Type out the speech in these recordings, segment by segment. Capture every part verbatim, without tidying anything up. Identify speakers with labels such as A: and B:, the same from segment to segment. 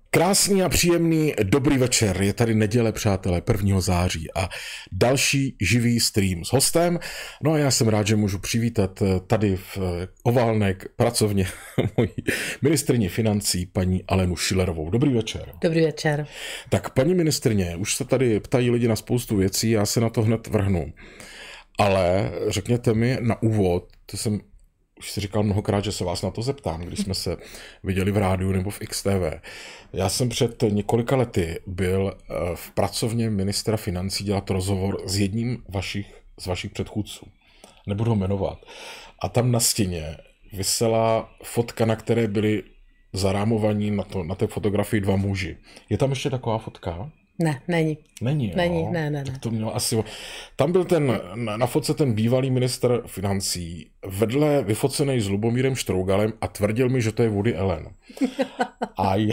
A: Krásný a příjemný dobrý večer, je tady neděle, přátelé, prvního září a další živý stream s hostem. No a já jsem rád, že můžu přivítat tady v Oválnek pracovně mojí ministryni financí, paní Alenu Schillerovou. Dobrý večer.
B: Dobrý večer.
A: Tak paní ministryně, už se tady ptají lidi na spoustu věcí, já se na to hned vrhnu. Ale řekněte mi na úvod, to jsem už si říkal mnohokrát, že se vás na to zeptám, když jsme se viděli v rádiu nebo v X T V. Já jsem před několika lety byl v pracovně ministra financí dělat rozhovor s jedním vašich, z vašich předchůdců. Nebudu ho jmenovat. A tam na stěně visela fotka, na které byli zarámovaní na, to, na té fotografii dva muži. Je tam ještě taková fotka?
B: Ne, není.
A: Není,
B: Není,
A: jo?
B: ne, ne, ne.
A: Tak to mělo asi... Tam byl ten, na, na fotce ten bývalý ministr financí, vedle vyfocený s Lubomírem Štrougalem a tvrdil mi, že to je Woody Allen. A já,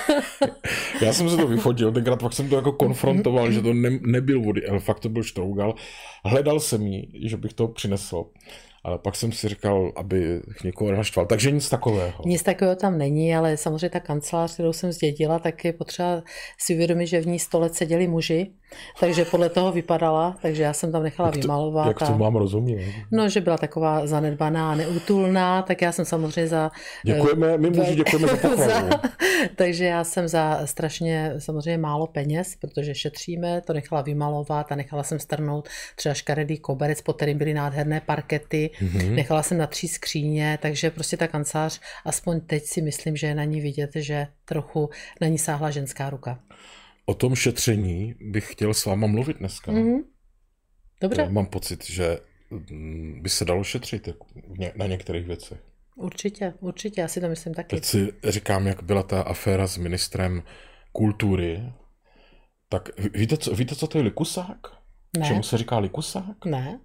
A: já jsem se to vyfotil, tenkrát pak jsem to jako konfrontoval, že to ne, nebyl Woody Allen, fakt to byl Štrougal. Hledal jsem ji, že bych to přinesl. Ale pak jsem si říkal, aby někoho nenaštval. Takže nic takového.
B: Nic takového tam není, ale samozřejmě ta kancelář, kterou jsem zdědila, tak je potřeba si uvědomit, že v ní sto let seděli muži, takže podle toho vypadala, takže já jsem tam nechala
A: jak to,
B: vymalovat.
A: Jak to
B: a...
A: mám rozumět?
B: No, že byla taková zanedbaná, neútulná, tak já jsem samozřejmě za...
A: Děkujeme, my muži děkujeme za pochvalu.
B: Takže já jsem za strašně samozřejmě málo peněz, protože šetříme, to nechala vymalovat a nechala jsem strhnout třeba škaredý koberec, pod kterým byly nádherné parkety. Mm-hmm. Nechala jsem na tří skříně, takže prostě ta kancelář, aspoň teď si myslím, že je na ní vidět, že trochu na ní sáhla ženská ruka.
A: O tom šetření bych chtěl s váma mluvit dneska.
B: Mm-hmm. Dobře.
A: Já mám pocit, že by se dalo šetřit na některých věcech.
B: Určitě, určitě, já si to myslím taky.
A: Teď si říkám, jak byla ta aféra s ministrem kultury. Tak víte, co, víte, co to je likusák?
B: Ne.
A: Čemu se říká likusák?
B: Ne.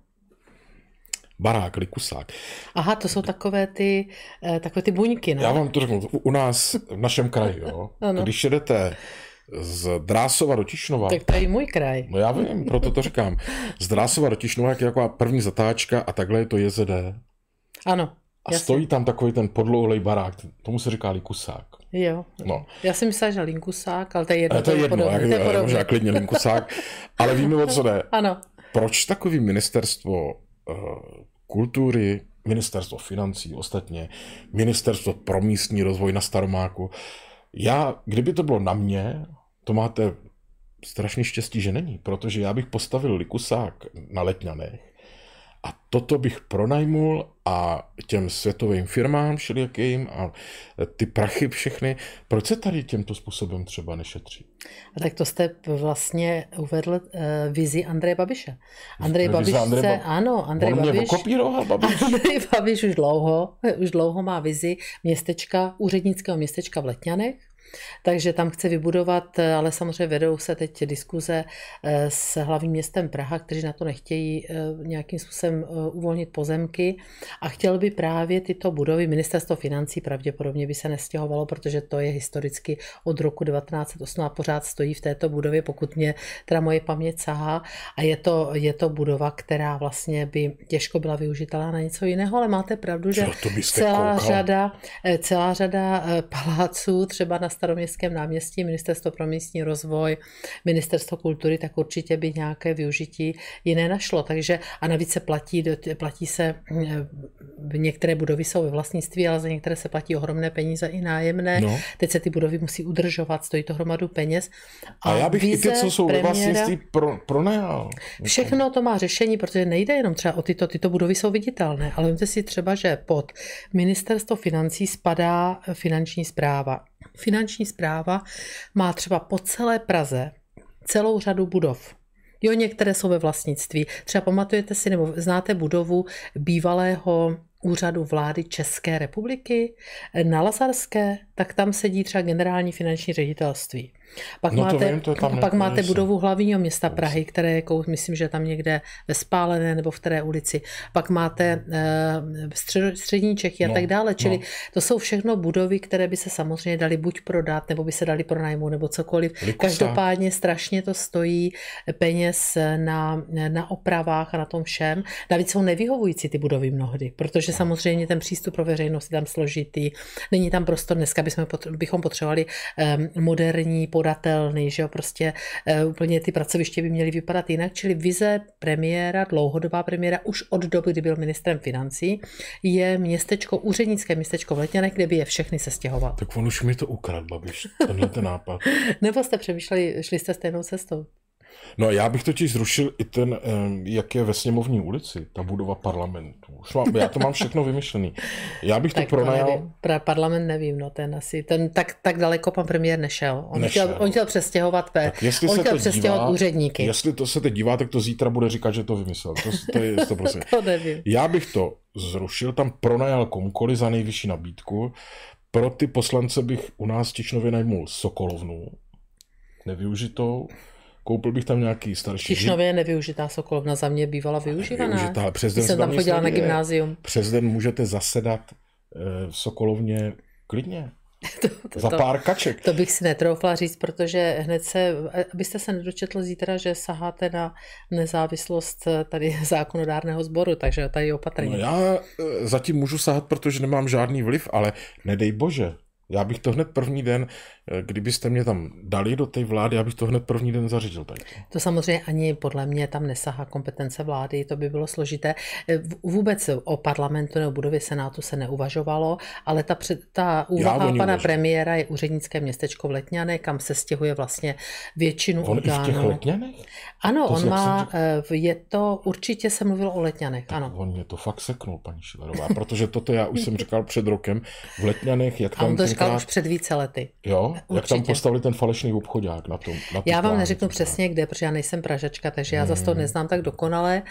A: Barák, likusák.
B: Aha, to jsou takové ty, takové ty buňky, ne?
A: Já vám to řeknu, u nás, v našem kraji, jo.
B: Ano.
A: Když jedete z Drásova do Tišnova...
B: Tak to je i můj kraj.
A: No já vím, proto to říkám. Z Drásova do Tišnova je taková první zatáčka a takhle je to J Z D.
B: Ano.
A: A jasně. Stojí tam takový ten podlouhlej barák, tomu se říká likusák.
B: Jo.
A: No.
B: Já jsem myslela, že linkusák, ale to je jedno.
A: Ale to je jedno,
B: podobný,
A: jak, je možná klidně linkusák, ale víme, o co jde.
B: Ano.
A: Proč takový ministerstvo uh, kultury, ministerstvo financí ostatně, ministerstvo pro místní rozvoj na Staromáku, já, kdyby to bylo na mě, to máte strašně štěstí, že není, protože já bych postavil likusák na Letňanech a toto bych pronajmul a těm světovým firmám všelijakým a ty prachy všechny, proč se tady tímto způsobem třeba nešetří?
B: A tak to jste vlastně uvedl uh, vizi Andreje Babiše. Andrej
A: Vize
B: Babiš
A: Andrej
B: se,
A: ba...
B: ano, Andrej
A: On
B: Babiš.
A: mě okopíroval, Babiš.
B: Andrej Babiš už dlouho, už dlouho má vizi městečka, úřednického městečka v Letňanech. Takže tam chce vybudovat, ale samozřejmě vedou se teď diskuze s hlavním městem Praha, kteří na to nechtějí nějakým způsobem uvolnit pozemky a chtěl by právě tyto budovy, ministerstvo financí pravděpodobně by se nestěhovalo, protože to je historicky od roku devatenáct set osm a pořád stojí v této budově, pokud mě teda moje paměť sahá a je to, je to budova, která vlastně by těžko byla využitelná na něco jiného, ale máte pravdu, že celá řada, celá řada paláců třeba na Staroměstském náměstí, ministerstvo pro místní rozvoj, ministerstvo kultury, tak určitě by nějaké využití jiné našlo. Takže a navíc se platí, platí se, některé budovy jsou ve vlastnictví, ale za některé se platí ohromné peníze i nájemné. No. Teď se ty budovy musí udržovat, stojí to hromadu peněz.
A: A, a já bych i ty, co jsou ve vlastnictví, pro, pronajal.
B: Všechno to má řešení, protože nejde jenom třeba o tyto, tyto budovy jsou viditelné, ale vemte si třeba, že pod ministerstvo financí spadá finanční správa. Finanční správa má třeba po celé Praze celou řadu budov. Jo, některé jsou ve vlastnictví. Třeba pamatujete si, nebo znáte budovu bývalého úřadu vlády České republiky na Lazarské, tak tam sedí třeba generální finanční ředitelství. Pak
A: no
B: máte,
A: vím, to tam
B: pak máte budovu hlavního města Prahy, které je, myslím, že tam někde ve Spálené nebo v které ulici. Pak máte uh, střed, střední Čechy a no, tak dále. Čili no. To jsou všechno budovy, které by se samozřejmě daly buď prodat, nebo by se daly pronajmout, nebo cokoliv.
A: Likusa.
B: Každopádně strašně to stojí peněz na, na opravách a na tom všem. Navíc jsou nevyhovující ty budovy mnohdy, protože protože samozřejmě ten přístup pro veřejnost je tam složitý, není tam prostor, dneska bychom, bychom potřebovali um, moderní, podatelný, že jo, prostě uh, úplně ty pracoviště by měly vypadat jinak, čili vize premiéra, dlouhodobá premiéra, už od doby, kdy byl ministrem financí, je městečko, úřednické městečko v Letňanech, kde by je všechny sestěhovat.
A: Tak on už mi to ukradl, Babiš, tenhle ten nápad.
B: Nebo jste přemýšleli, šli jste stejnou cestou?
A: No já bych totiž zrušil i ten, jak je ve Sněmovní ulici, ta budova parlamentu. Už mám, já to mám všechno vymyšlený. Já bych to pronajal...
B: Pra parlament nevím, no ten asi, ten tak, tak daleko pan premiér nešel. On nešel. chtěl, on chtěl přestěhovat, pe, on chtěl přestěhovat dívá, úředníky.
A: Jestli to se teď dívá, tak to zítra bude říkat, že to vymyslel. To, to je sto procent.
B: To nevím.
A: Já bych to zrušil, tam pronajal komukoli za nejvyšší nabídku. Pro ty poslance bych u nás v Tišnově najmul Sokolovnu, nevyužitou. Koupil bych tam nějaký starší...
B: Tišnově je nevyužitá Sokolovna, za mě bývala využívaná.
A: Využitá, přes den
B: jsem tam chodila na gymnázium.
A: Přes den můžete zasedat v Sokolovně klidně. to, to, za pár kaček.
B: To bych si netroufla říct, protože hned se, abyste se nedočetl zítra, že saháte na nezávislost tady zákonodárného sboru, takže tady opatrně.
A: No já zatím můžu sahat, protože nemám žádný vliv, ale nedej bože. Já bych to hned první den, kdybyste mě tam dali do té vlády, já bych to hned první den zařídil. Tady.
B: To samozřejmě ani podle mě tam nesahá kompetence vlády, to by bylo složité. Vůbec o parlamentu nebo budově Senátu se neuvažovalo, ale ta, před, ta úvaha pana uvažuji. premiéra je úřednické městečko v Letňanech, kam se stěhuje vlastně většinu
A: on
B: orgánů.
A: On i v těch Letňanech?
B: Ano, to on má, jsem... je to, určitě se mluvilo o Letňanech,
A: tak
B: ano.
A: On mě to fakt seknul, paní Schillerová, protože toto já už jsem říkal před rokem v Letňanech, jak tam...
B: A on to říkal tenkrát... už před více lety.
A: Jo, určitě. Jak tam postavili ten falešný obchodák na tom. Na
B: já vám neřeknu přesně kde, protože já nejsem Pražačka, takže já hmm. zase to neznám tak dokonale,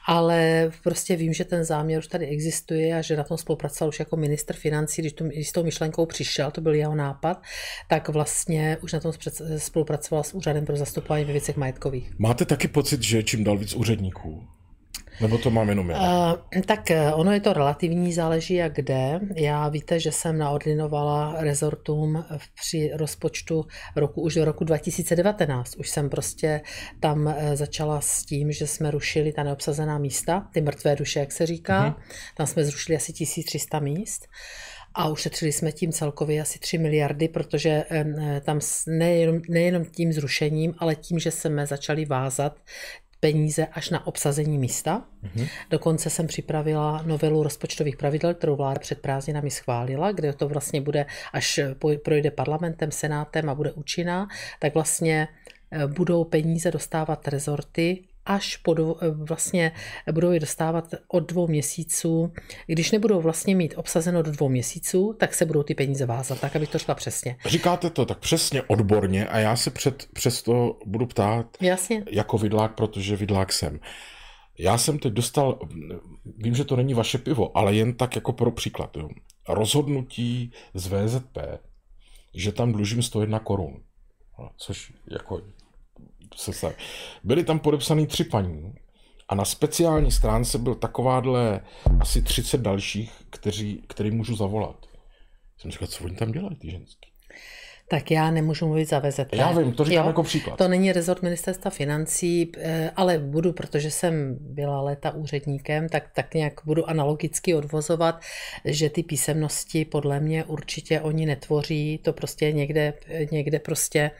B: ale prostě vím, že ten záměr už tady existuje a že na tom spolupracoval už jako ministr financí, když, tu, když s tou myšlenkou přišel, to byl jeho nápad, tak vlastně už na tom spolupracoval s Úřadem pro zastupování ve věcech majetkových.
A: Máte taky pocit, že čím dál víc úředníků? Nebo to mám jenom já?
B: Uh, tak ono je to relativní, záleží jak kde. Já víte, že jsem naordinovala rezortům při rozpočtu roku už do roku dva tisíce devatenáct. Už jsem prostě tam začala s tím, že jsme rušili ta neobsazená místa, ty mrtvé duše, jak se říká. Uh-huh. Tam jsme zrušili asi tisíc tři sta míst. A ušetřili jsme tím celkově asi tři miliardy, protože tam nejenom, nejenom tím zrušením, ale tím, že jsme začali vázat peníze až na obsazení místa. Mm-hmm. Dokonce jsem připravila novelu rozpočtových pravidel, kterou vláda před prázdninami schválila, kde to vlastně bude, až projde parlamentem, senátem a bude účinná, tak vlastně budou peníze dostávat rezorty až po dvou, vlastně budou je dostávat od dvou měsíců. Když nebudou vlastně mít obsazeno do dvou měsíců, tak se budou ty peníze vázat, tak abych to řekla přesně.
A: Říkáte to tak přesně odborně a já se před, přes to budu ptát
B: Jasně.
A: jako vidlák, protože vidlák jsem. Já jsem teď dostal, vím, že to není vaše pivo, ale jen tak jako pro příklad. Jo. Rozhodnutí z V Z P, že tam dlužím sto jedna korun. Což jako... Se byly tam podepsaný tři paní a na speciální stránce byl takováhle asi třicet dalších, kteří, který můžu zavolat. Jsem říkal, co oni tam dělají, ty ženský?
B: Tak já nemůžu mluvit za V Z P.
A: Já vím, to říkám jo, jako příklad.
B: To není rezort ministerstva financí, ale budu, protože jsem byla léta úředníkem, tak, tak nějak budu analogicky odvozovat, že ty písemnosti podle mě určitě oni netvoří, to prostě někde, někde prostě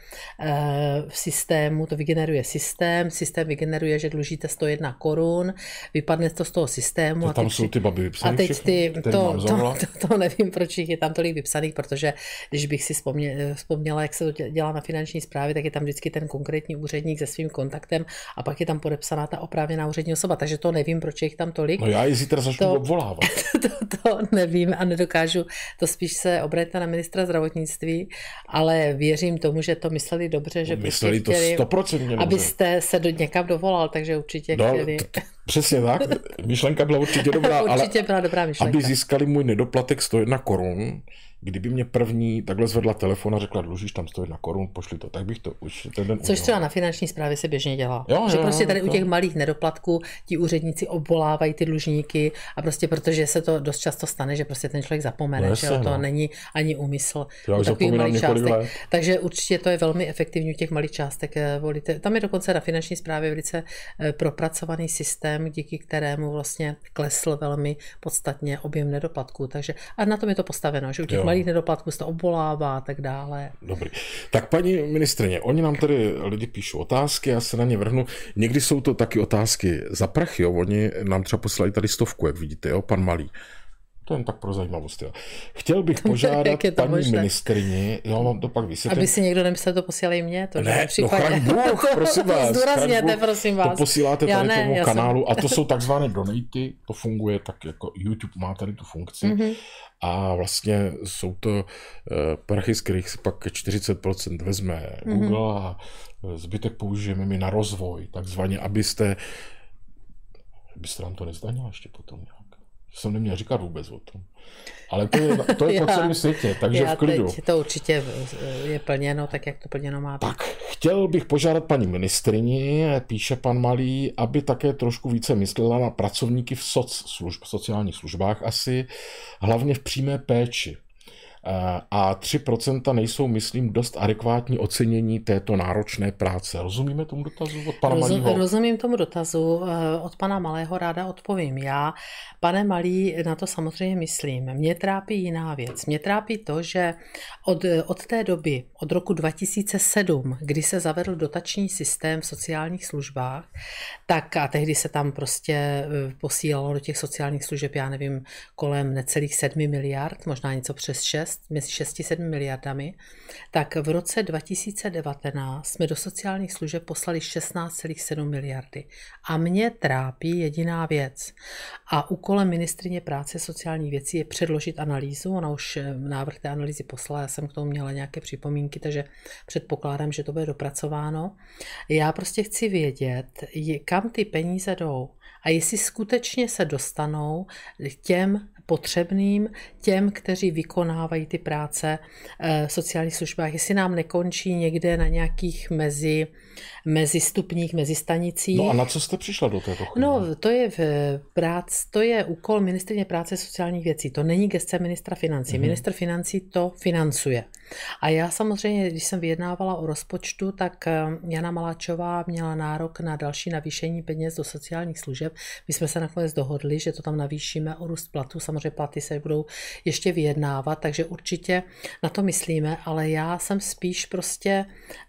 B: v systému, to vygeneruje systém, systém vygeneruje, že dlužíte sto jedna korun, vypadne to z toho systému.
A: To
B: a
A: tam
B: teď,
A: jsou ty baby vypsaný
B: a teď
A: všechny,
B: ty, to, to, to, to nevím, proč jich je tam tolik vypsaných, protože když bych si vzpomněl, vzpomněla, jak se to dělá na finanční správě, tak je tam vždycky ten konkrétní úředník se svým kontaktem a pak je tam podepsaná ta oprávněná úřední osoba, takže to nevím, proč je jich tam tolik.
A: No já ji zítra začnu to, obvolávat.
B: To, to nevím a nedokážu, to spíš se obraťte na ministra zdravotnictví, ale věřím tomu, že to mysleli dobře, že
A: no, mysleli
B: prostě chtěli,
A: to sto procent
B: abyste se do, někam dovolal, takže určitě
A: no,
B: chtěli.
A: T- t- přesně tak, myšlenka byla určitě dobrá,
B: určitě
A: ale
B: byla dobrá myšlenka.
A: Aby získali můj nedoplatek sto jedna korun, kdyby mě první takhle zvedla telefon a řekla, dlužíš tam sto jedna korun, pošli to, tak bych to už ten den
B: Což
A: udělal.
B: třeba na finanční správě se běžně dělá.
A: Jo,
B: že
A: jo,
B: prostě
A: jo,
B: tady
A: to...
B: u těch malých nedoplatků ti úředníci obvolávají ty dlužníky a prostě protože se to dost často stane, že prostě ten člověk zapomene,
A: no,
B: že jo, to
A: no.
B: není ani úmysl.
A: Já už zapomínám několik let.
B: Takže určitě to je velmi efektivní u těch malých částek volíte. Tam je dokonce na finanční správě velice propracovaný systém, díky kterému vlastně klesl velmi podstatně objem nedoplatků. Takže a na tom je to postaveno, že u těch jo. malých nedoplatků se to obvolává a tak dále.
A: Dobrý. Tak paní ministryně, oni nám tady lidi píšou otázky, já se na ně vrhnu. Někdy jsou to taky otázky za prachy, jo. Oni nám třeba posílají tady stovku, jak vidíte, jo, pan Malý. To jen tak pro zajímavost. Jo. Chtěl bych požádat paní možné? ministryni, jo, vám to pak vysvětlím.
B: Aby si někdo nemyslel, to posílají mě? To
A: ne, no chraň Bůh, prosím vás.
B: Zdůrazněte, prosím vás.
A: To posíláte
B: já
A: tady
B: ne,
A: tomu kanálu
B: jsem...
A: a to jsou takzvané donaty, to funguje tak jako YouTube má tady tu funkci mm-hmm. a vlastně jsou to uh, prachy, z kterých si pak čtyřicet procent vezme mm-hmm. Google a zbytek použijeme my na rozvoj, takzvaně, abyste, abyste nám to nezdanila ještě potom nějak. Jsem neměl říkat vůbec o tom. Ale to je, to je já, po celém světě, takže v klidu.
B: Teď to určitě je plněno tak, jak to plněno má být.
A: Tak, chtěl bych požádat paní ministryni, píše pan Malý, aby také trošku více myslela na pracovníky v soc služb, sociálních službách asi, hlavně v přímé péči. A tři procenta nejsou, myslím, dost adekvátní ocenění této náročné práce. Rozumíme tomu dotazu od pana
B: Rozum,
A: Malýho?
B: Rozumím tomu dotazu. Od pana Malého ráda odpovím. Já, pane Malý, na to samozřejmě myslím. Mě trápí jiná věc. Mě trápí to, že od, od té doby, od roku dva tisíce sedm, kdy se zavedl dotační systém v sociálních službách, tak a tehdy se tam prostě posílalo do těch sociálních služeb, já nevím, kolem necelých sedmi miliard, možná něco přes šest, mezi šesti sedmi miliardami, tak v roce dva tisíce devatenáct jsme do sociálních služeb poslali šestnáct celá sedm miliardy. A mě trápí jediná věc. A úkolem ministryně práce sociálních věcí je předložit analýzu. Ona už návrh té analýzy poslala, já jsem k tomu měla nějaké připomínky, takže předpokládám, že to bude dopracováno. Já prostě chci vědět, kam ty peníze jdou a jestli skutečně se dostanou těm potřebným, těm, kteří vykonávají ty práce v sociálních službách, jestli nám nekončí někde na nějakých mezi, mezi stupních, mezi stanicích.
A: No a na co jste přišla do této chvíle?
B: No, to je, v prác, to je úkol ministryně práce sociálních věcí. To není gesce ministra financí. Mm-hmm. Ministr financí to financuje. A já samozřejmě, když jsem vyjednávala o rozpočtu, tak Jana Maláčová měla nárok na další navýšení peněz do sociálních služeb. My jsme se nakonec dohodli, že to tam navýšíme o růst platu. Samozřejmě platy se budou ještě vyjednávat, takže určitě na to myslíme, ale já jsem spíš prostě,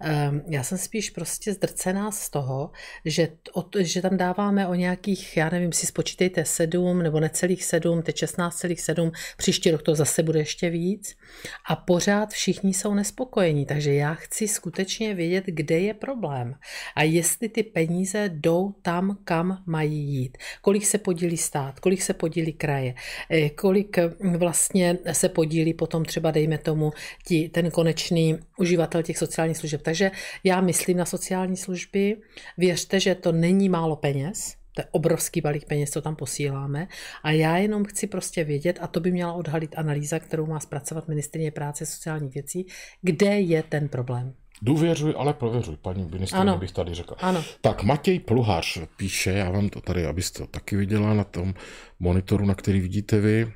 B: já jsem spíš prostě zdrcená z toho, že, že tam dáváme o nějakých, já nevím, si spočítejte sedm nebo necelých sedm, teď šestnáct celá sedm, příští rok to zase bude ještě víc a pořád všichni jsou nespokojení, takže já chci skutečně vědět, kde je problém a jestli ty peníze jdou tam, kam mají jít. Kolik se podílí stát, kolik se podílí kraje, kolik vlastně se podílí potom třeba, dejme tomu, ti, ten konečný uživatel těch sociálních služeb. Takže já myslím na sociální služby, věřte, že to není málo peněz, to je obrovský balík peněz, co tam posíláme a já jenom chci prostě vědět, a to by měla odhalit analýza, kterou má zpracovat ministryně práce sociálních věcí, kde je ten problém.
A: Důvěřuj, ale prověřuj, paní ministryně, bych tady řekl.
B: Ano.
A: Tak Matěj Pluhař píše, já vám to tady, abyste to taky viděla na tom monitoru, na který vidíte vy.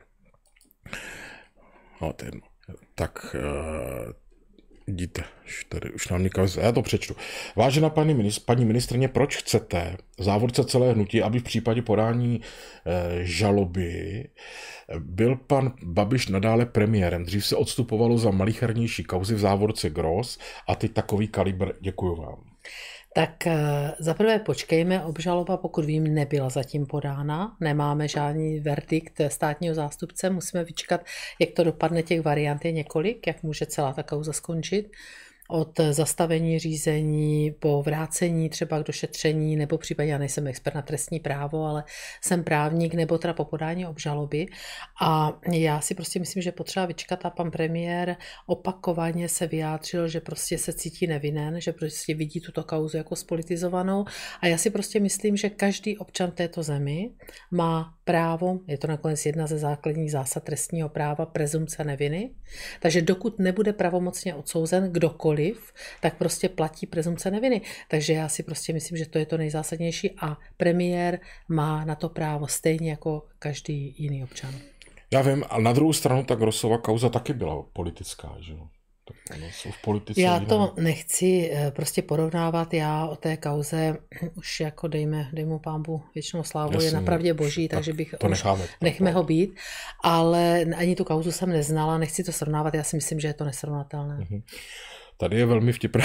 A: No, ten, tak uh, vidíte, už, tady, už nám někam, já to přečtu. Vážená paní, ministr, paní ministryně, proč chcete závodce celé hnutí, aby v případě podání e, žaloby byl pan Babiš nadále premiérem? Dřív se odstupovalo za malichernější kauzy v závodce Gross a teď takový kalibr. Děkuju vám.
B: Tak zaprvé počkejme, obžaloba, pokud vím, nebyla zatím podána, nemáme žádný verdikt státního zástupce, musíme vyčkat, jak to dopadne, těch variant je několik, jak může celá ta kauza skončit. od zastavení řízení po vrácení třeba k došetření, nebo případně, já nejsem expert na trestní právo, ale jsem právník, nebo teda po podání obžaloby. A já si prostě myslím, že potřeba vyčkat a pan premiér opakovaně se vyjádřil, že prostě se cítí nevinen, že prostě vidí tuto kauzu jako spolitizovanou. A já si prostě myslím, že každý občan této zemi má právo, je to nakonec jedna ze základních zásad trestního práva, prezumce neviny. Takže dokud nebude pravomocně odsouzen kdokoliv, tak prostě platí prezumce neviny. Takže já si prostě myslím, že to je to nejzásadnější a premiér má na to právo stejně jako každý jiný občan.
A: Já vím, a na druhou stranu ta Grossova kauza taky byla politická, že jo? Tak ono jsou v politice
B: já
A: jiné.
B: to nechci prostě porovnávat, já o té kauze už jako dejme, dej mu pánbu věčnou slávu,
A: Jasně,
B: je napravdě boží,
A: tak
B: takže bych
A: to
B: už,
A: necháme.
B: nechme ho být, ale ani tu kauzu jsem neznala, nechci to srovnávat, já si myslím, že je to nesrovnatelné.
A: Mhm. Tady je velmi vtipná.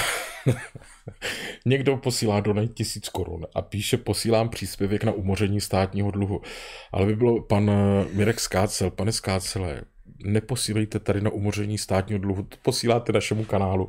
A: Někdo posílá donate tisíc korun a píše, posílám příspěvek na umoření státního dluhu. Ale by bylo pan Mirek Skácel, pane Skácele, neposílejte tady na umoření státního dluhu, to posíláte našemu kanálu.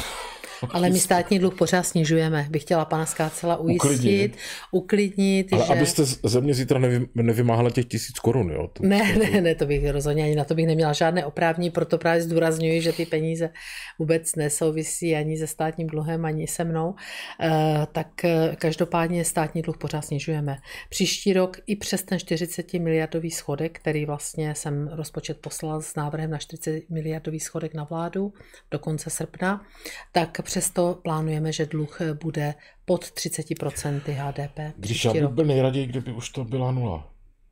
B: Ale my státní dluh pořád snižujeme. Bych chtěla pana Skácela ujistit, uklidnit, uklidnit
A: ale
B: že...
A: abyste ze mě zítra nevy, nevymáhala těch tisíc korun, jo? To,
B: ne,
A: to...
B: ne, ne, to bych rozhodně ani na to bych neměla žádné oprávnění, proto právě zdůrazňuji, že ty peníze vůbec nesouvisí ani se státním dluhem, ani se mnou. E, tak každopádně státní dluh pořád snižujeme. Příští rok i přes ten čtyřicet miliardový schodek, který vlastně jsem rozpočet poslala s návrhem na čtyřicet miliardový schodek na vládu do konce srpna, tak přesto plánujeme, že dluh bude pod třicet procent H D P.
A: Když já bych byl nejraději, kdyby už to byla nula.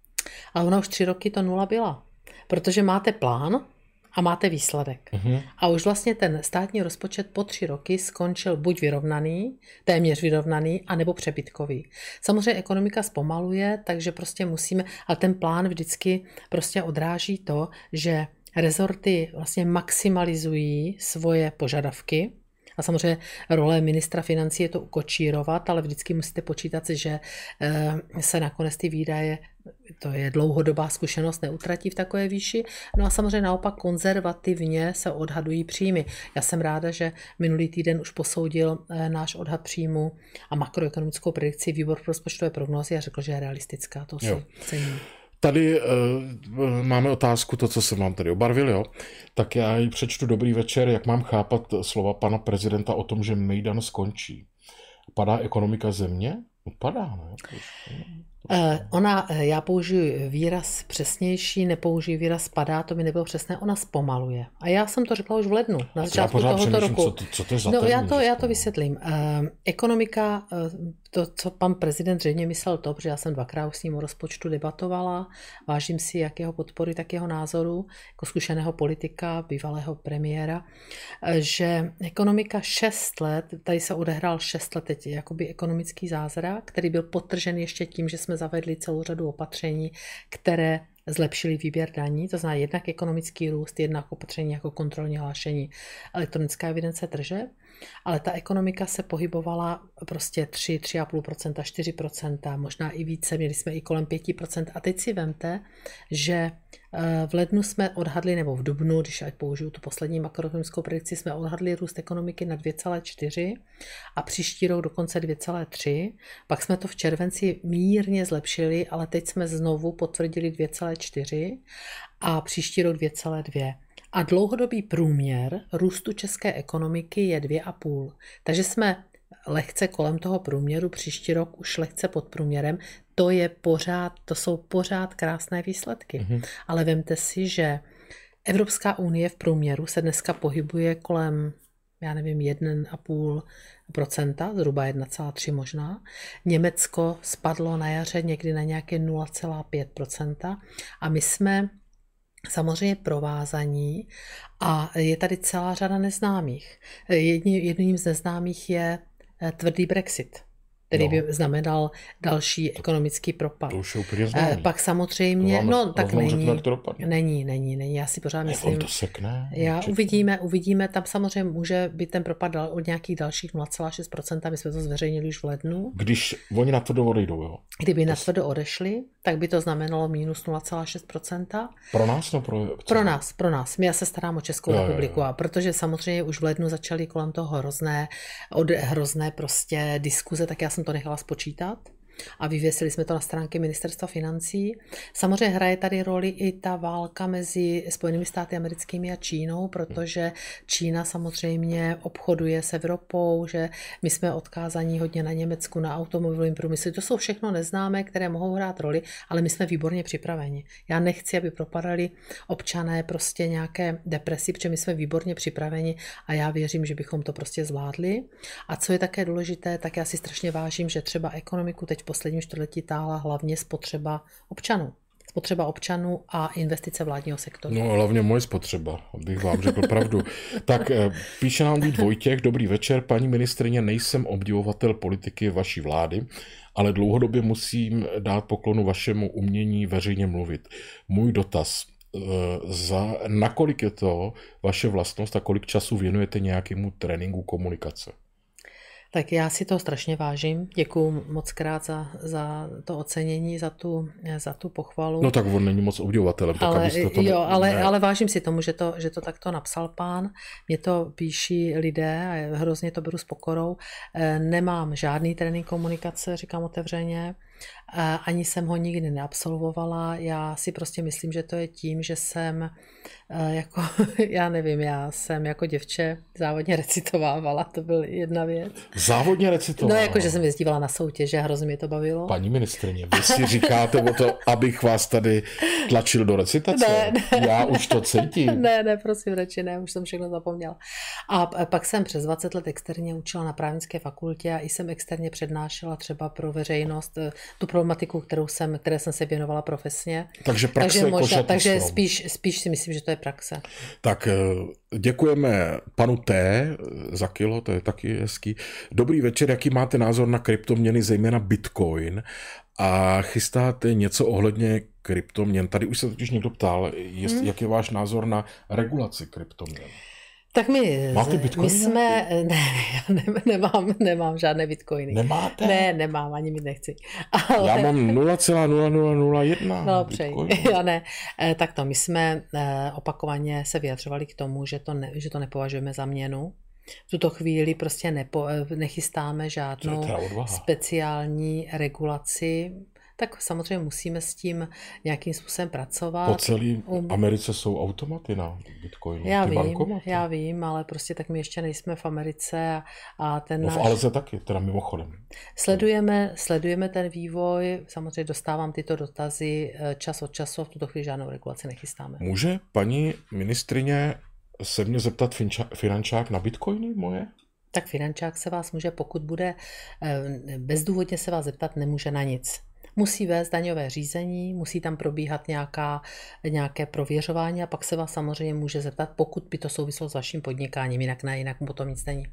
B: A ona už tři roky to nula byla. Protože máte plán a máte výsledek. Uh-huh. A už vlastně ten státní rozpočet po tři roky skončil buď vyrovnaný, téměř vyrovnaný, anebo přebytkový. Samozřejmě ekonomika zpomaluje, takže prostě musíme, ale ten plán vždycky prostě odráží to, že rezorty vlastně maximalizují svoje požadavky. A samozřejmě role ministra financí je to ukočírovat, ale vždycky musíte počítat si, že se nakonec ty výdaje, to je dlouhodobá zkušenost, neutratí v takové výši. No a samozřejmě naopak konzervativně se odhadují příjmy. Já jsem ráda, že minulý týden už posoudil náš odhad příjmu a makroekonomickou predikci výbor pro rozpočtové prognózy a řekl, že je realistická. To si cením.
A: Tady uh, máme otázku, to, co jsem vám tady obarvil, jo? Tak já ji přečtu. Dobrý večer, jak mám chápat slova pana prezidenta o tom, že Mejdan skončí. Padá ekonomika země? No padá, ne?
B: Uh, ona, já použiju výraz přesnější, nepoužiju výraz padá, to mi nebylo přesné, ona zpomaluje. A já jsem to řekla už v lednu, na začátku tohoto roku.
A: Co to, co to je za
B: no,
A: termín,
B: já to, já to vysvětlím. Uh, ekonomika, uh, to, co pan prezident zřejmě myslel to, protože já jsem dvakrát s ním o rozpočtu debatovala, vážím si jak jeho podpory, tak jeho názoru, jako zkušeného politika, bývalého premiéra, uh, že ekonomika šest let, tady se odehrál šest let teď, jakoby ekonomický zázrak, který byl podtržen ještě tím, že jsme zavedli celou řadu opatření, které zlepšili výběr daní, to znamená jednak ekonomický růst, jednak opatření jako kontrolní hlášení, elektronická evidence tržeb, ale ta ekonomika se pohybovala prostě tři, tři celá pět procenta, čtyři procenta, možná i více, měli jsme i kolem pět procent. A teď si vemte, že v lednu jsme odhadli, nebo v dubnu, když ať použiju tu poslední makroekonomickou predikci, jsme odhadli růst ekonomiky na dvě celá čtyři a příští rok dokonce dvě celá tři. Pak jsme to v červenci mírně zlepšili, ale teď jsme znovu potvrdili dvě celá čtyři a příští rok dvě celá dvě. A dlouhodobý průměr růstu české ekonomiky je dvě celá pět. Takže jsme lehce kolem toho průměru, příští rok už lehce pod průměrem. To je pořád, to jsou pořád krásné výsledky. Mm-hmm. Ale vemte si, že Evropská unie v průměru se dneska pohybuje kolem, já nevím, jedna celá pět procenta, zhruba jedna celá tři možná. Německo spadlo na jaře někdy na nějaké nula celá pět procenta a my jsme samozřejmě provázaní a je tady celá řada neznámých. Jedním z neznámých je tvrdý Brexit. který
A: no.
B: by znamenal další ekonomický propad.
A: To už je úplně známý.
B: Pak samozřejmě,
A: vám
B: no tak není,
A: řeknu, jak to dopadne.
B: není, není, není, já si pořád myslím.
A: to sekne?
B: Já
A: určitě.
B: uvidíme, uvidíme, tam samozřejmě může být ten propad od nějakých dalších nula celá šest procenta, my jsme to zveřejnili už v lednu.
A: Když oni natvrdo odejdou, jo?
B: Kdyby natvrdo odešli, tak by to znamenalo minus nula celá šest procenta.
A: Pro nás, no pro...
B: Pro nás, pro nás. My já se starám o Českou
A: jo,
B: republiku,
A: jo, jo.
B: a protože samozřejmě už v lednu začaly kolem toho hrozné, od, hrozné prostě diskuze, tak já jsem to nechala spočítat a vyvěsili jsme to na stránky Ministerstva financí. Samozřejmě hraje tady roli i ta válka mezi Spojenými státy americkými a Čínou, protože Čína samozřejmě obchoduje s Evropou, že my jsme odkázaní hodně na Německu, na automobilovém průmyslu. To jsou všechno neznámé, které mohou hrát roli, ale my jsme výborně připraveni. Já nechci, aby propadali občané prostě nějaké depresi, protože my jsme výborně připraveni a já věřím, že bychom to prostě zvládli. A co je také důležité, tak já si strašně vážím, že třeba ekonomiku teď v posledním čtvrtletí táhla hlavně spotřeba občanů. Spotřeba občanů a investice vládního sektoru.
A: No hlavně moje spotřeba, abych vám řekl pravdu. Tak píše nám Vít Vojtěch, dobrý večer, paní ministryně, nejsem obdivovatel politiky vaší vlády, ale dlouhodobě musím dát poklonu vašemu umění veřejně mluvit. Můj dotaz, za, nakolik je to vaše vlastnost a kolik času věnujete nějakému tréninku komunikace?
B: Tak já si to strašně vážím. Děkuju moc krát za, za to ocenění, za tu, za tu pochvalu.
A: No tak on není moc obdivovatelem. Tak
B: ale,
A: abyste to
B: jo,
A: ne...
B: ale, ale vážím si tomu, že to, že to takto napsal pán. Mě to píší lidé a hrozně to beru s pokorou. Nemám žádný trénink komunikace, říkám otevřeně. Ani jsem ho nikdy neabsolvovala. Já si prostě myslím, že to je tím, že jsem jako, já nevím, já jsem jako děvče závodně recitovávala, to byl jedna věc.
A: Závodně recitovala?
B: No jako, že jsem jezdívala na soutěže a hrozně mě to bavilo.
A: Paní ministryně, vy si říkáte o to, abych vás tady tlačil do recitace?
B: Ne, ne.
A: Já už to cítím.
B: Ne, ne, prosím, radši ne, už jsem všechno zapomněla. A pak jsem přes dvacet let externě učila na právnické fakultě a i jsem externě přednášela třeba pro veřejnost tu problematiku, kterou jsem, které jsem se věnovala profesně.
A: Takže praxe
B: takže, možná, takže
A: strom.
B: spíš, spíš si myslím, že to je praxe.
A: Tak děkujeme panu T za kilo, to je taky hezký. Dobrý večer, jaký máte názor na kryptoměny, zejména Bitcoin? A chystáte něco ohledně kryptoměn? Tady už se totiž někdo ptal, jest, hmm. jak je váš názor na regulaci kryptoměn?
B: Tak my,
A: Máte bitcoiny?
B: my jsme, ne, já ne, nemám, nemám žádné bitcoiny.
A: Nemáte?
B: Ne, nemám, ani mít nechci. Ale...
A: Já mám nula celá nula nula nula jedna
B: No, přeji. Já ne. Tak to, my jsme opakovaně se vyjadřovali k tomu, že to, ne, že to nepovažujeme za měnu. V tuto chvíli prostě nepo, nechystáme žádnou speciální regulaci. Tak samozřejmě musíme s tím nějakým způsobem pracovat.
A: Po celé Americe jsou automaty na bitcoiny,
B: já
A: ty
B: vím,
A: bankomaty.
B: Já vím, ale prostě tak my ještě nejsme v Americe a, a ten
A: no
B: náš...
A: v Alze taky, teda mimochodem.
B: Sledujeme, sledujeme ten vývoj, samozřejmě dostávám tyto dotazy čas od času, v tuto chvíli žádnou regulaci nechystáme.
A: Může paní ministrině se mě zeptat finančák na bitcoiny moje?
B: Tak finančák se vás může, pokud bude bezdůvodně se vás zeptat, nemůže na nic. Musí vést daňové řízení, musí tam probíhat nějaká, nějaké prověřování a pak se vás samozřejmě může zeptat, pokud by to souvislo s vaším podnikáním, jinak ne, jinak mu potom nic není.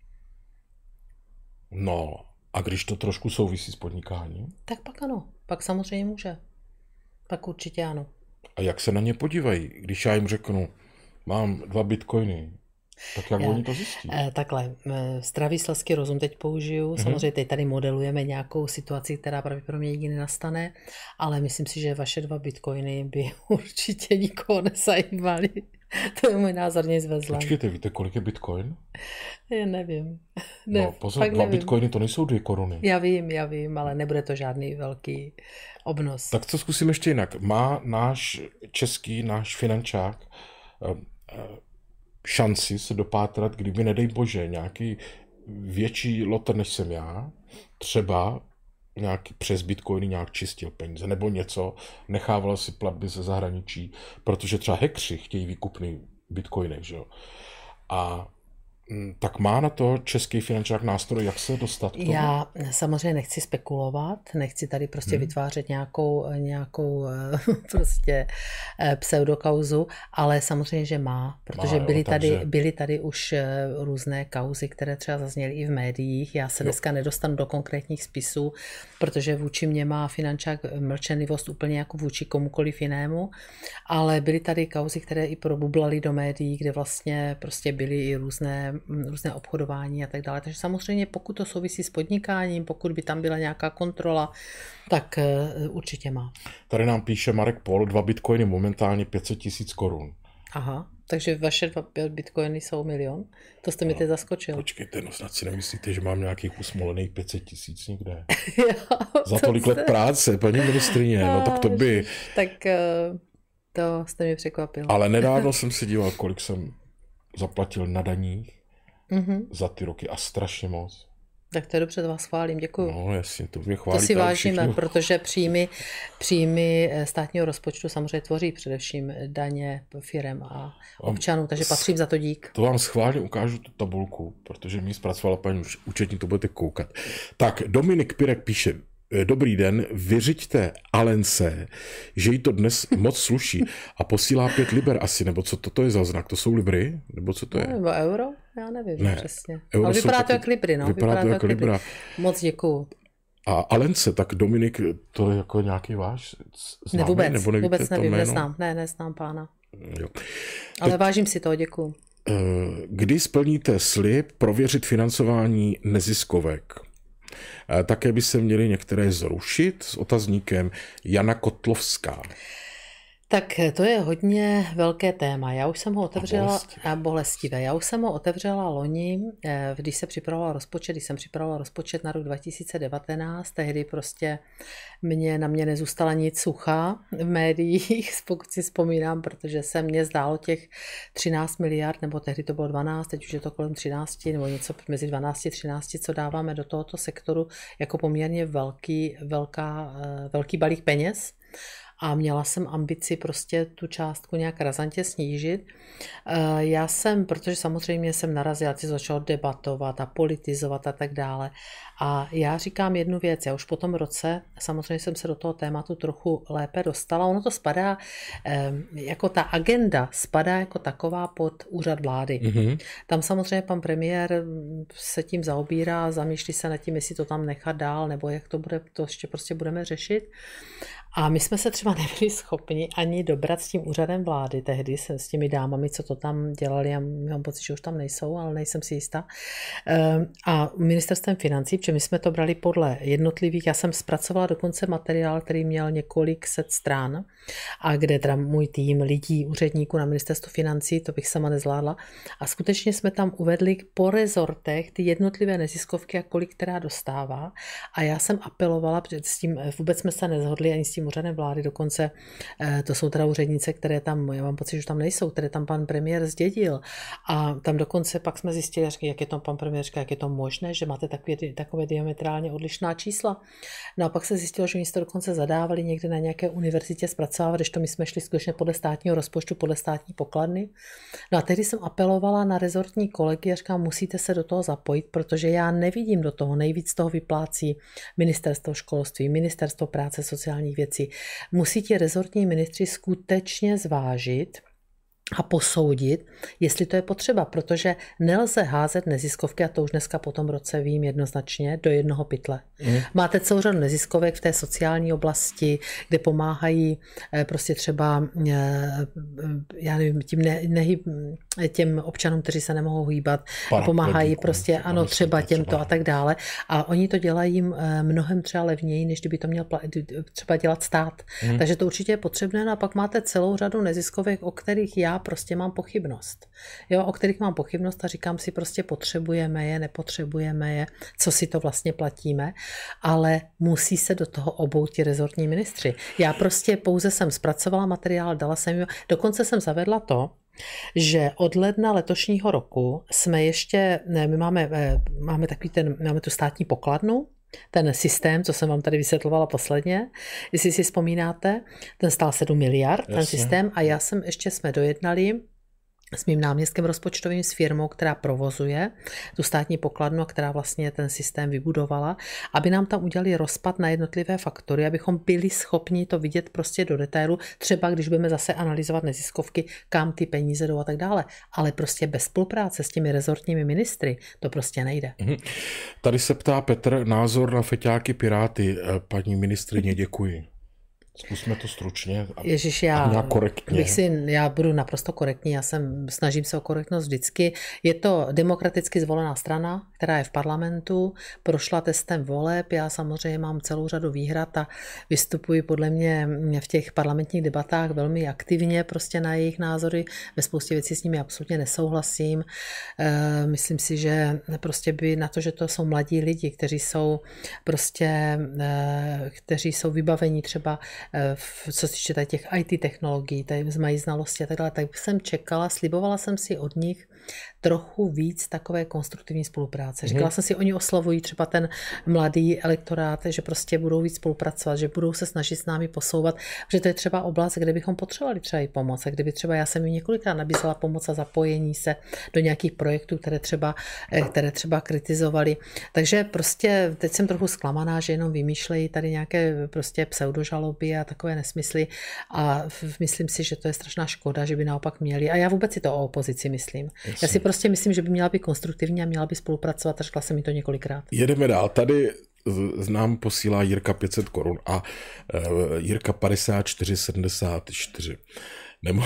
A: No, a když to trošku souvisí s podnikáním?
B: Tak pak ano, pak samozřejmě může. Pak určitě ano.
A: A jak se na ně podívají, když já jim řeknu, mám dva bitcoiny, tak jak já, oni to zjistí?
B: Eh, takhle, zdravý selský rozum teď použiju. Mm-hmm. Samozřejmě teď tady modelujeme nějakou situaci, která pravděpodobně nikdy nenastane, ale myslím si, že vaše dva bitcoiny by určitě nikoho nezajímaly. To je můj názor, nic vezla.
A: Počkejte, víte, kolik je bitcoin?
B: Já nevím. Ne,
A: no pozor, dva nevím. Bitcoiny to nejsou dvě koruny.
B: Já vím, já vím, ale nebude to žádný velký obnos.
A: Tak co zkusím ještě jinak. Má náš český, náš finančák uh, uh, šanci se dopátrat, kdyby, nedej bože, nějaký větší lotr, než jsem já, třeba nějaký přes bitcoiny nějak čistil peníze, nebo něco, nechával si platby ze zahraničí, protože třeba hackři chtějí výkupný bitcoiny, že jo. A Tak má na to český finančák nástroj, jak se dostat k tomu?
B: Já samozřejmě nechci spekulovat, nechci tady prostě hmm. vytvářet nějakou, nějakou prostě pseudokauzu, ale samozřejmě, že má, protože má, jo, byly, takže... tady, byly tady už různé kauzy, které třeba zazněly i v médiích. Já se jo. dneska nedostanu do konkrétních spisů, protože vůči mě má finančák mlčenlivost úplně jako vůči komukoliv jinému, ale byly tady kauzy, které i probublaly do médií, kde vlastně prostě byly i různé různé obchodování a tak dále. Takže samozřejmě pokud to souvisí s podnikáním, pokud by tam byla nějaká kontrola, tak určitě má.
A: Tady nám píše Marek Pol, dva bitcoiny momentálně pět set tisíc korun.
B: Aha, takže vaše dva bitcoiny jsou milion? To jste mi no, teď zaskočil.
A: Počkejte, no snad si nemyslíte, že mám nějakých usmolených pět set tisíc někde.
B: Jo,
A: Za tolik let se... práce, paní ministryně, no tak to by...
B: Tak to jste mi překvapil.
A: Ale nedávno jsem si díval, kolik jsem zaplatil na daních mm-hmm. za ty roky a strašně moc.
B: Tak to je dobře, to vás chválím, děkuju.
A: No jasně, to mě chválí.
B: To si vážíme, všichni. Protože příjmy, příjmy státního rozpočtu samozřejmě tvoří především daně firem a občanů, takže patřím za to dík.
A: To vám schválně ukážu tu tabulku, protože mi zpracovala paní účetní, to budete koukat. Tak, Dominik Pirek píše, dobrý den, vyřiďte Alence, že jí to dnes moc sluší a posílá pět liber asi, nebo co to, to je za znak? To jsou libry? Nebo co to je?
B: No, nebo euro? Já nevím ne, přesně.
A: Ale
B: vypadá to taky, jak libry, no.
A: Vypadá, vypadá to jak libra. Libry.
B: Moc děkuju.
A: A Alence, tak Dominik, to je jako nějaký váš známý?
B: Ne, vůbec,
A: nebo
B: vůbec nevím, neznám, ne, neznám pána.
A: Jo.
B: Ale Teď, vážím si toho, děkuju.
A: Kdy splníte slib prověřit financování neziskovek? Také by se měly některé zrušit s otazníkem Jana Kotlovská.
B: Tak to je hodně velké téma. Já už jsem ho otevřela, a bolestivé. A bolestivé. Já už jsem ho otevřela loni, když se připravovala rozpočet, když jsem připravovala rozpočet na rok dva tisíce devatenáct, tehdy prostě mě, na mě nezůstala nic sucha v médiích, pokud si vzpomínám, protože se mně zdálo těch třináct miliard, nebo tehdy to bylo dvanáct, teď už je to kolem třináct, nebo něco mezi dvanáct a třináct, co dáváme do tohoto sektoru jako poměrně velký, velká, velký balík peněz. A měla jsem ambici prostě tu částku nějak razantně snížit. Já jsem, protože samozřejmě jsem narazila, ty začala debatovat a politizovat a tak dále. A já říkám jednu věc, já už po tom roce samozřejmě jsem se do toho tématu trochu lépe dostala. Ono to spadá, jako ta agenda spadá jako taková pod úřad vlády. Mm-hmm. Tam samozřejmě pan premiér se tím zaobírá, zamýšlí se nad tím, jestli to tam nechat dál, nebo jak to bude, to ještě prostě budeme řešit. A my jsme se třeba nebyli schopni ani dobrat s tím úřadem vlády tehdy, s těmi dámami, co to tam dělali, já mám pocit, že už tam nejsou, ale nejsem si jistá. A ministerstvem financí, protože my jsme to brali podle jednotlivých, já jsem zpracovala dokonce materiál, který měl několik set stran, a kde teda můj tým lidí, úředníků na ministerstvu financí, to bych sama nezvládla. A skutečně jsme tam uvedli po rezortech ty jednotlivé neziskovky a kolik která dostává. A já jsem apelovala, protože s tím vůbec jsme se nezhodli ani s tím úřadem vlády, dokonce to jsou teda úřednice, které tam, já mám pocit, že tam nejsou, které tam pan premiér zdědil. A tam dokonce pak jsme zjistili, jak je to pan premiér říká, jak je to možné, že máte takové, takové diametrálně odlišná čísla. No a pak se zjistilo, že oni to dokonce zadávali někde na nějaké univerzitě zpracovat, když to my jsme šli skutečně podle státního rozpočtu, podle státní pokladny. No a tehdy jsem apelovala na rezortní kolegy a říkám, musíte se do toho zapojit, protože já nevidím do toho, nejvíc toho vyplácí ministerstvo školství, ministerstvo práce, sociálních věcí. Musí ti rezortní ministři skutečně zvážit a posoudit, jestli to je potřeba, protože nelze házet neziskovky, a to už dneska po tom roce vím jednoznačně, do jednoho pytle. Mm. Máte celou řadu neziskovek v té sociální oblasti, kde pomáhají prostě třeba, já nevím, tím ne, nehyb, těm občanům, kteří se nemohou hýbat, a pomáhají prostě, ano, třeba těmto a tak dále. A oni to dělají mnohem třeba levněji, než kdyby to měl třeba dělat stát. Mm. Takže to určitě je potřebné. No a pak máte celou řadu neziskovek, o kterých já prostě mám pochybnost. Jo, o kterých mám pochybnost a říkám si, prostě potřebujeme je, nepotřebujeme je, co si to vlastně platíme, ale musí se do toho obout ti rezortní ministři. Já prostě pouze jsem zpracovala materiál, dala jsem jim, dokonce jsem zavedla to, že od ledna letošního roku jsme ještě, ne, my máme, máme takový ten, máme tu státní pokladnu, ten systém, co jsem vám tady vysvětlovala posledně, jestli si vzpomínáte, ten stál sedm miliard, ten Jasně. systém, a já jsem ještě jsme dojednali s mým náměstkem rozpočtovým, s firmou, která provozuje tu státní pokladnu, která vlastně ten systém vybudovala, aby nám tam udělali rozpad na jednotlivé faktory, abychom byli schopni to vidět prostě do detailu, třeba když budeme zase analyzovat neziskovky, kam ty peníze jdou a tak dále. Ale prostě bez spolupráce s těmi rezortními ministry to prostě nejde.
A: Tady se ptá Petr, názor na feťáky Piráty. Paní ministryně, děkuji. Zkusme to stručně a,
B: Ježiš, já,
A: a nějak korektně.
B: Bych si, já budu naprosto korektní, já jsem, snažím se o korektnost vždycky. Je to demokraticky zvolená strana, která je v parlamentu, prošla testem voleb, já samozřejmě mám celou řadu výhrad a vystupuji podle mě v těch parlamentních debatách velmi aktivně prostě na jejich názory, ve spoustě věcí s nimi absolutně nesouhlasím. Myslím si, že prostě by na to, že to jsou mladí lidi, kteří jsou prostě, kteří jsou vybavení třeba co se týče těch í té technologií, tady mají znalosti a tak dále, tak jsem čekala, slibovala jsem si od nich trochu víc takové konstruktivní spolupráce. Říkala mm. jsem si, oni oslovují třeba ten mladý elektorát, že prostě budou víc spolupracovat, že budou se snažit s námi posouvat, že to je třeba oblast, kde bychom potřebovali třeba i pomoc. A kdyby třeba já jsem jim několikrát nabízela pomoc a zapojení se do nějakých projektů, které třeba, které třeba kritizovali. Takže prostě teď jsem trochu zklamaná, že jenom vymýšlejí tady nějaké prostě pseudožaloby a takové nesmysly a myslím si, že to je strašná škoda, že by naopak měli. A já vůbec si to o opozici myslím. Jasně. Já si prostě myslím, že by měla být konstruktivní a měla by spolupracovat a řekla jsem mi to několikrát.
A: Jedeme dál. Tady nám posílá Jirka pět set korun a uh, Jirka padesát čtyři sedmdesát čtyři. Nemo...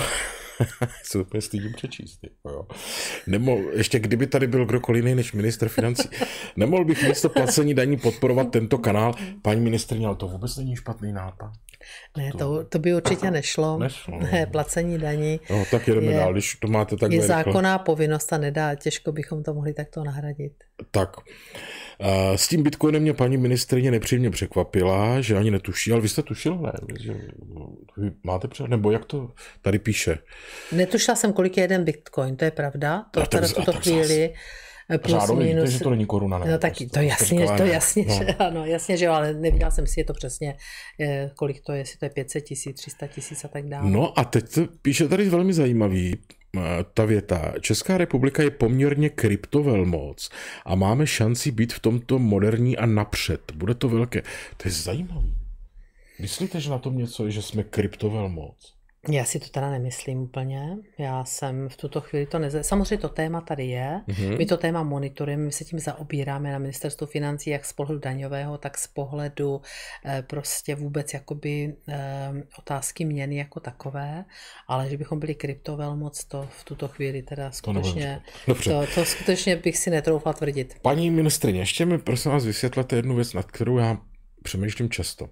A: se úplně stydím přečíst. Jo. Nemo... Ještě kdyby tady byl kdokoliv jiný než ministr financí. Nemohl bych místo placení daní podporovat tento kanál. Paní ministryně, ale to vůbec není špatný nápad.
B: Ne, to, to by určitě nešlo.
A: Nešlo.
B: Ne, placení daní.
A: No, tak jedeme je, dál, když to máte takhle
B: je zákonná rychle. Povinnost a nedá, těžko bychom to mohli takto nahradit.
A: Tak. S tím Bitcoinem mě paní ministryně nepříjemně překvapila, že ani netuší, ale vy jste tušil, ne? Že vy máte před, nebo jak to tady píše?
B: Netušila jsem, kolik je jeden Bitcoin, to je pravda. To tady v tuto chvíli...
A: Řádově víte, že to není koruna. Ne?
B: No tak to, to jasně, to jasně, no. Že ano, jasně, že jo, ale neviděla jsem si je to přesně, kolik to je, jestli to je pět set tisíc, tři sta tisíc a tak dále.
A: No a teď to píše tady velmi zajímavý ta věta. Česká republika je poměrně kryptovelmoc a máme šanci být v tomto moderní a napřed. Bude to velké. To je zajímavý. Myslíte, že na tom něco je, že jsme kryptovelmoc?
B: Já si to teda nemyslím úplně. Já jsem v tuto chvíli to neze... Samozřejmě to téma tady je. Mm-hmm. My to téma monitorujeme, my se tím zaobíráme na ministerstvu financí, jak z pohledu daňového, tak z pohledu eh, prostě vůbec jakoby eh, otázky měny jako takové, ale že bychom byli kryptovelmoc, to v tuto chvíli teda skutečně, to, to, to skutečně bych si netroufla tvrdit.
A: Paní ministryně, ještě mi prosím vás vysvětlete jednu věc, nad kterou já přemýšlím často.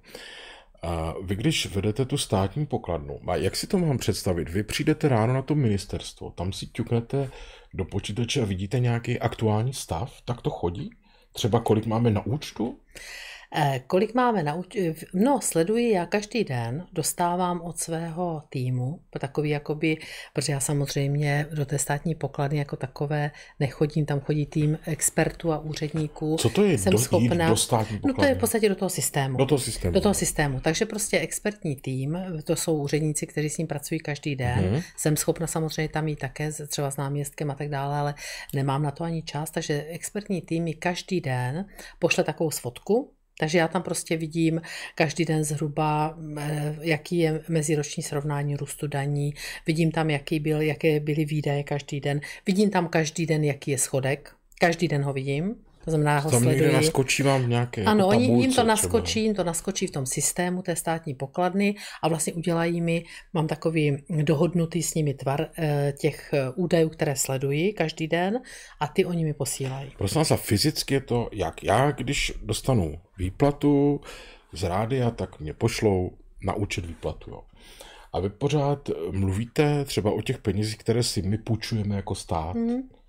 A: A vy, když vedete tu státní pokladnu, a jak si to mám představit? Vy přijdete ráno na to ministerstvo, tam si ťuknete do počítače a vidíte nějaký aktuální stav, tak to chodí? Třeba kolik máme na účtu?
B: Kolik máme na účtu? No, sleduji, já každý den dostávám od svého týmu, takový jakoby, protože já samozřejmě do té státní pokladny jako takové nechodím, tam chodí tým expertů a úředníků.
A: Co to je
B: Jsem
A: do,
B: schopna,
A: do státní pokladny?
B: No to je v podstatě do toho systému.
A: Do toho systému.
B: Do toho systému. Takže prostě expertní tým, to jsou úředníci, kteří s ním pracují každý den. Mm-hmm. Jsem schopna samozřejmě tam jít také třeba s náměstkem a tak dále, ale nemám na to ani čas, takže expertní tým mi každý den pošle takovou svodku. Takže já tam prostě vidím každý den zhruba, jaký je meziroční srovnání růstu daní, vidím tam, jaký byl, jaké byly výdaje každý den, vidím tam každý den, jaký je schodek, každý den ho vidím. To znamená, ho
A: tam
B: sleduji.
A: Tam naskočí vám nějaké
B: Ano,
A: tabulce,
B: oni jim to naskočí, jim to naskočí v tom systému té státní pokladny a vlastně udělají mi, mám takový dohodnutý s nimi tvar těch údajů, které sledují každý den a ty oni mi posílají.
A: Prosím vás, a fyzicky je to jak? Já, když dostanu výplatu z rádia, tak mě pošlou na účet výplatu. Jo. A vy pořád mluvíte třeba o těch penězích, které si my půjčujeme jako stát. Hmm.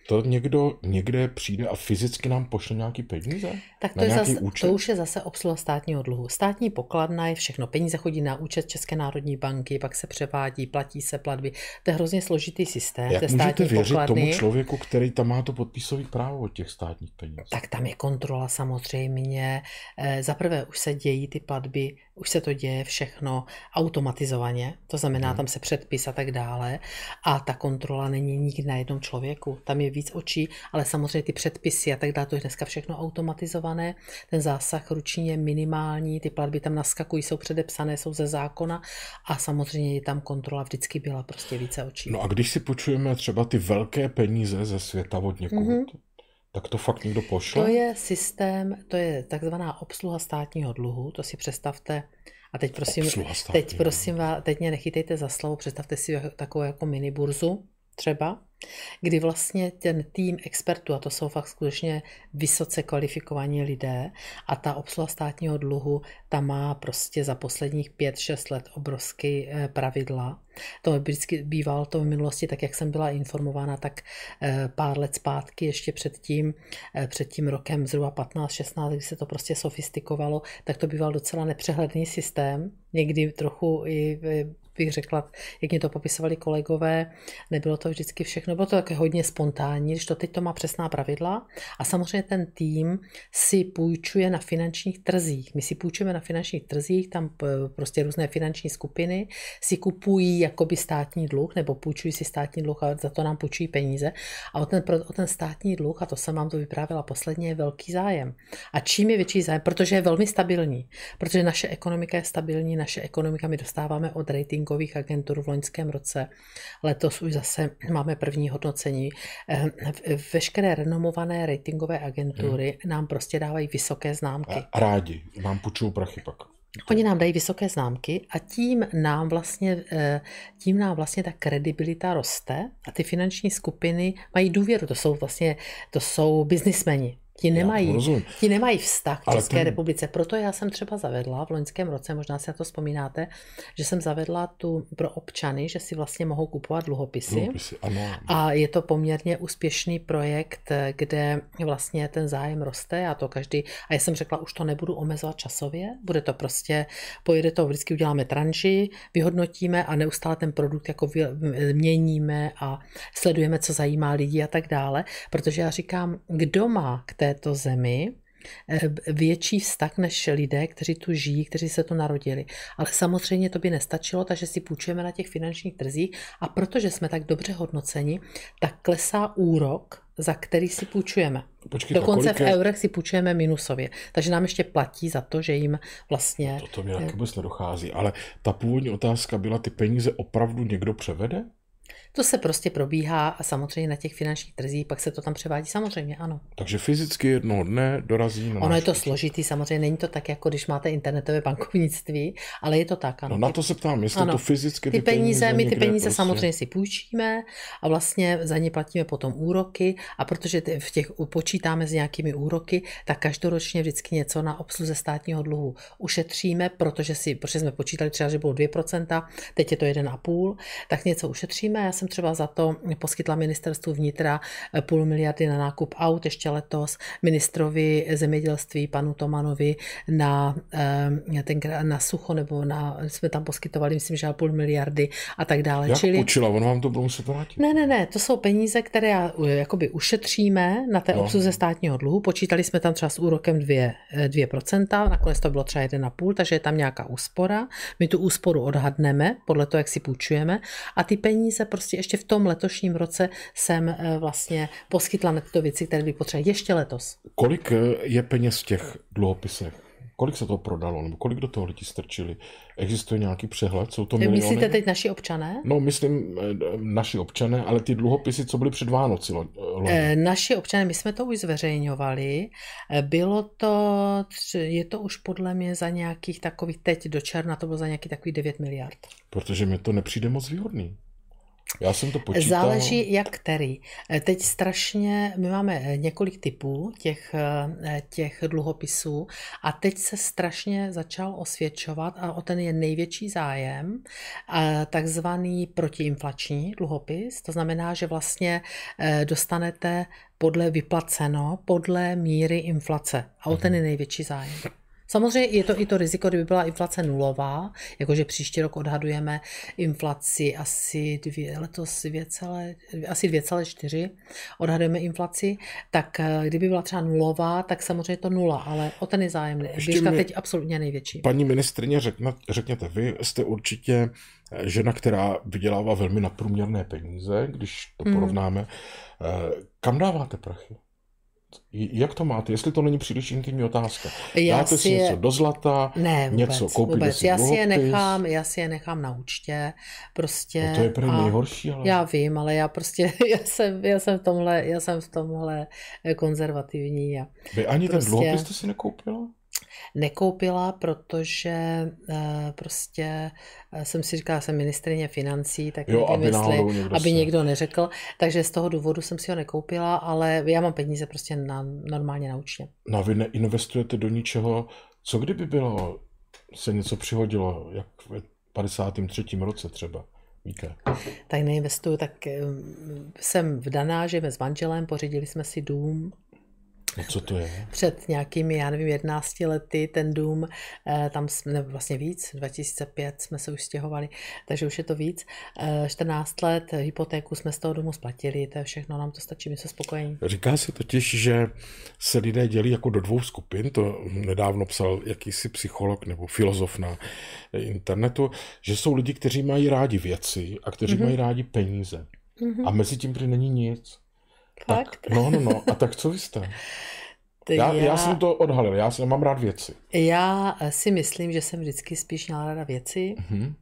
A: To někdo někde přijde a fyzicky nám pošle nějaký peníze?
B: Tak to,
A: na
B: je
A: nějaký
B: zase,
A: účet?
B: to už je zase obsluha státního dluhu. Státní pokladna je všechno. Peníze chodí na účet České národní banky, pak se převádí, platí se platby. To je hrozně složitý systém.
A: Jak
B: té
A: můžete
B: státní
A: věřit
B: pokladny.
A: tomu člověku, který tam má to podpisové právo od těch státních peněz?
B: Tak tam je kontrola samozřejmě. Za prvé už se dějí ty platby, už se to děje všechno automatizovaně, to znamená, hmm. tam se předpis a tak dále. A ta kontrola není nikdy na jednom člověku. Tam je víc očí, ale samozřejmě ty předpisy a tak dále, to je dneska všechno automatizované. Ten zásah ruční je minimální, ty platby tam naskakují, jsou předepsané, jsou ze zákona a samozřejmě je tam kontrola, vždycky byla prostě více očí.
A: No a když si počujeme třeba ty velké peníze ze světa od někud, hmm. tak to fakt někdo pošle?
B: To je systém, to je takzvaná obsluha státního dluhu, to si představte. A teď prosím, teď prosím vás, teď mě nechytejte za slovo, představte si takovou jako mini burzu třeba, kdy vlastně ten tým expertů, a to jsou fakt skutečně vysoce kvalifikovaní lidé, a ta obsluha státního dluhu, ta má prostě za posledních pět šest let obrovské pravidla. To vždycky bývalo to v minulosti, tak jak jsem byla informována, tak pár let zpátky, ještě před tím, před tím rokem zhruba patnáct šestnáct, kdy se to prostě sofistikovalo, tak to býval docela nepřehledný systém, někdy trochu i bych řekla, jak mě to popisovali kolegové, nebylo to vždycky všechno, bylo to také hodně spontánní, když to teď to má přesná pravidla a samozřejmě ten tým si půjčuje na finančních trzích. My si půjčujeme na finančních trzích, tam prostě různé finanční skupiny si kupují jakoby státní dluh, nebo půjčují si státní dluh a za to nám půjčují peníze. A o ten, o ten státní dluh, a to jsem vám to vyprávěla posledně, je velký zájem. A čím je větší zájem? Protože je velmi stabilní. Protože naše ekonomika je stabilní, naše ekonomika my dostáváme od ratingových agentur v loňském roce. Letos už zase máme první hodnocení. Veškeré renomované ratingové agentury hmm. nám prostě dávají vysoké známky.
A: A rádi, nám půjčují prachy pak.
B: Oni nám dají vysoké známky a tím nám vlastně, tím nám vlastně ta kredibilita roste a ty finanční skupiny mají důvěru. To jsou vlastně, to jsou biznismeni. Ti nemají, ti nemají vztah k České ten... republice. Proto já jsem třeba zavedla v loňském roce, možná si na to vzpomínáte, že jsem zavedla tu pro občany, že si vlastně mohou kupovat dluhopisy.
A: Dluhopisy, ano.
B: A je to poměrně úspěšný projekt, kde vlastně ten zájem roste a to každý, a já jsem řekla, už to nebudu omezovat časově, bude to prostě, pojede to, vždycky uděláme tranži, vyhodnotíme a neustále ten produkt jako měníme a sledujeme, co zajímá lidi a tak dále, protože já říkám, kdo má k této zemi větší vztah než lidé, kteří tu žijí, kteří se tu narodili. Ale samozřejmě to by nestačilo, takže si půjčujeme na těch finančních trzích a protože jsme tak dobře hodnoceni, tak klesá úrok, za který si půjčujeme.
A: Počkejte,
B: dokonce v
A: je...
B: eurech si půjčujeme minusově. Takže nám ještě platí za to, že jim vlastně...
A: To, to mě taky vůbec nedochází, ale ta původní otázka byla, ty peníze opravdu někdo převede?
B: To se prostě probíhá a samozřejmě na těch finančních trzích, pak se to tam převádí, samozřejmě, ano.
A: Takže fyzicky jednoho dne dorazí na
B: Ono je to
A: účet.
B: složitý, samozřejmě není to tak, jako když máte internetové bankovnictví, ale je to tak, ano.
A: No na to se ptám, jestli
B: ano.
A: to fyzicky
B: ty, ty peníze,
A: peníze
B: my ty peníze
A: prostě...
B: samozřejmě si půjčíme a vlastně za ně platíme potom úroky a protože v těch počítáme s nějakými úroky, tak každoročně vždycky něco na obsluze státního dluhu ušetříme, protože si, protože jsme počítali třeba, že bylo dvě procenta, teď je to jedna celá pět, tak něco ušetříme. Já jsem třeba za to poskytla ministerstvu vnitra půl miliardy na nákup aut ještě letos, ministrovi zemědělství panu Tomanovi na, ten, na sucho, nebo na, jsme tam poskytovali, myslím, že půl miliardy a tak dále.
A: Jak
B: Čili...
A: učila? On vám to budou muset vrátit?
B: Ne, ne, ne, to jsou peníze, které jakoby ušetříme na té no. obsluze státního dluhu. Počítali jsme tam třeba s úrokem dvě procenta, nakonec to bylo třeba jedna celá pět, takže je tam nějaká úspora. My tu úsporu odhadneme podle toho, jak si půjčujeme a ty peníze prostě ještě v tom letošním roce jsem vlastně poskytla na tyto věci, které by potřebovaly ještě letos.
A: Kolik je peněz v těch dluhopisech? Kolik se to prodalo? Nebo kolik do toho lidi strčili? Existuje nějaký přehled? Jsou to miliony?
B: Myslíte teď naši občané?
A: No, myslím naši občané, ale ty dluhopisy, co byly před Vánoci.
B: E, naši občané, my jsme to už zveřejňovali. Bylo to, je to už podle mě za nějakých takových, teď do června to bylo za nějakých takových devět miliard.
A: Protože mi to nepřijde moc výhodný. Já jsem to počítal.
B: Záleží, jak který. Teď strašně, my máme několik typů těch, těch dluhopisů a teď se strašně začal osvědčovat a o ten je největší zájem, takzvaný protiinflační dluhopis. To znamená, že vlastně dostanete podle vyplaceno, podle míry inflace a o ten je největší zájem. Samozřejmě je to i to riziko, kdyby byla inflace nulová, jakože příští rok odhadujeme inflaci asi dvě, letos dvě celé, asi dvě celé čtyři odhadujeme inflaci, tak kdyby byla třeba nulová, tak samozřejmě to nula, ale o ten je zájem. Běžka teď absolutně největší.
A: Paní ministryně, řekne, řekněte, vy jste určitě žena, která vydělává velmi nadprůměrné peníze, když to porovnáme. Mm. Kam dáváte prachy? Jak to máte? Jestli to není příliš intimní otázka. Já Dáte si je... něco do zlata,
B: ne, vůbec,
A: něco koupíte
B: vůbec.
A: si
B: já si, je
A: dluhopis.
B: nechám, já si je nechám na účtě. Prostě,
A: no to je prý nejhorší. Ale...
B: Já vím, ale já prostě, já jsem, já jsem, v, tomhle, já jsem v tomhle konzervativní. A
A: Vy ani
B: prostě...
A: ten dluhopis jste si nekoupila?
B: Nekoupila, protože uh, prostě uh, jsem si říkala, jsem ministryně financí, tak
A: jo,
B: nevím,
A: aby,
B: jestli,
A: někdo,
B: aby
A: se...
B: někdo neřekl, takže z toho důvodu jsem si ho nekoupila, ale já mám peníze prostě na, normálně na účtě.
A: No a vy neinvestujete do ničeho, co kdyby bylo, se něco přihodilo, jak v padesátém třetím roce třeba, víte?
B: Tak neinvestuju, tak jsem vdaná, žijeme s manželem, pořídili jsme si dům.
A: No co to je?
B: Před nějakými, já nevím, jedenácti lety ten dům, tam jsme, vlastně víc, dva tisíce pět jsme se už stěhovali, takže už je to víc. čtrnáct let hypotéku jsme z toho domu splatili, to je všechno, nám to stačí, my jsme spokojení.
A: Říká se totiž, že se lidé dělí jako do dvou skupin, to nedávno psal jakýsi psycholog nebo filozof na internetu, že jsou lidi, kteří mají rádi věci a kteří mm-hmm. mají rádi peníze. Mm-hmm. A mezi tím prý není nic.
B: Fakt?
A: Tak, no, no, no. A tak co vy jste? Já, já... já jsem to odhalil, já jsem, mám rád věci.
B: Já si myslím, že jsem vždycky spíš měla ráda věci. Mm-hmm.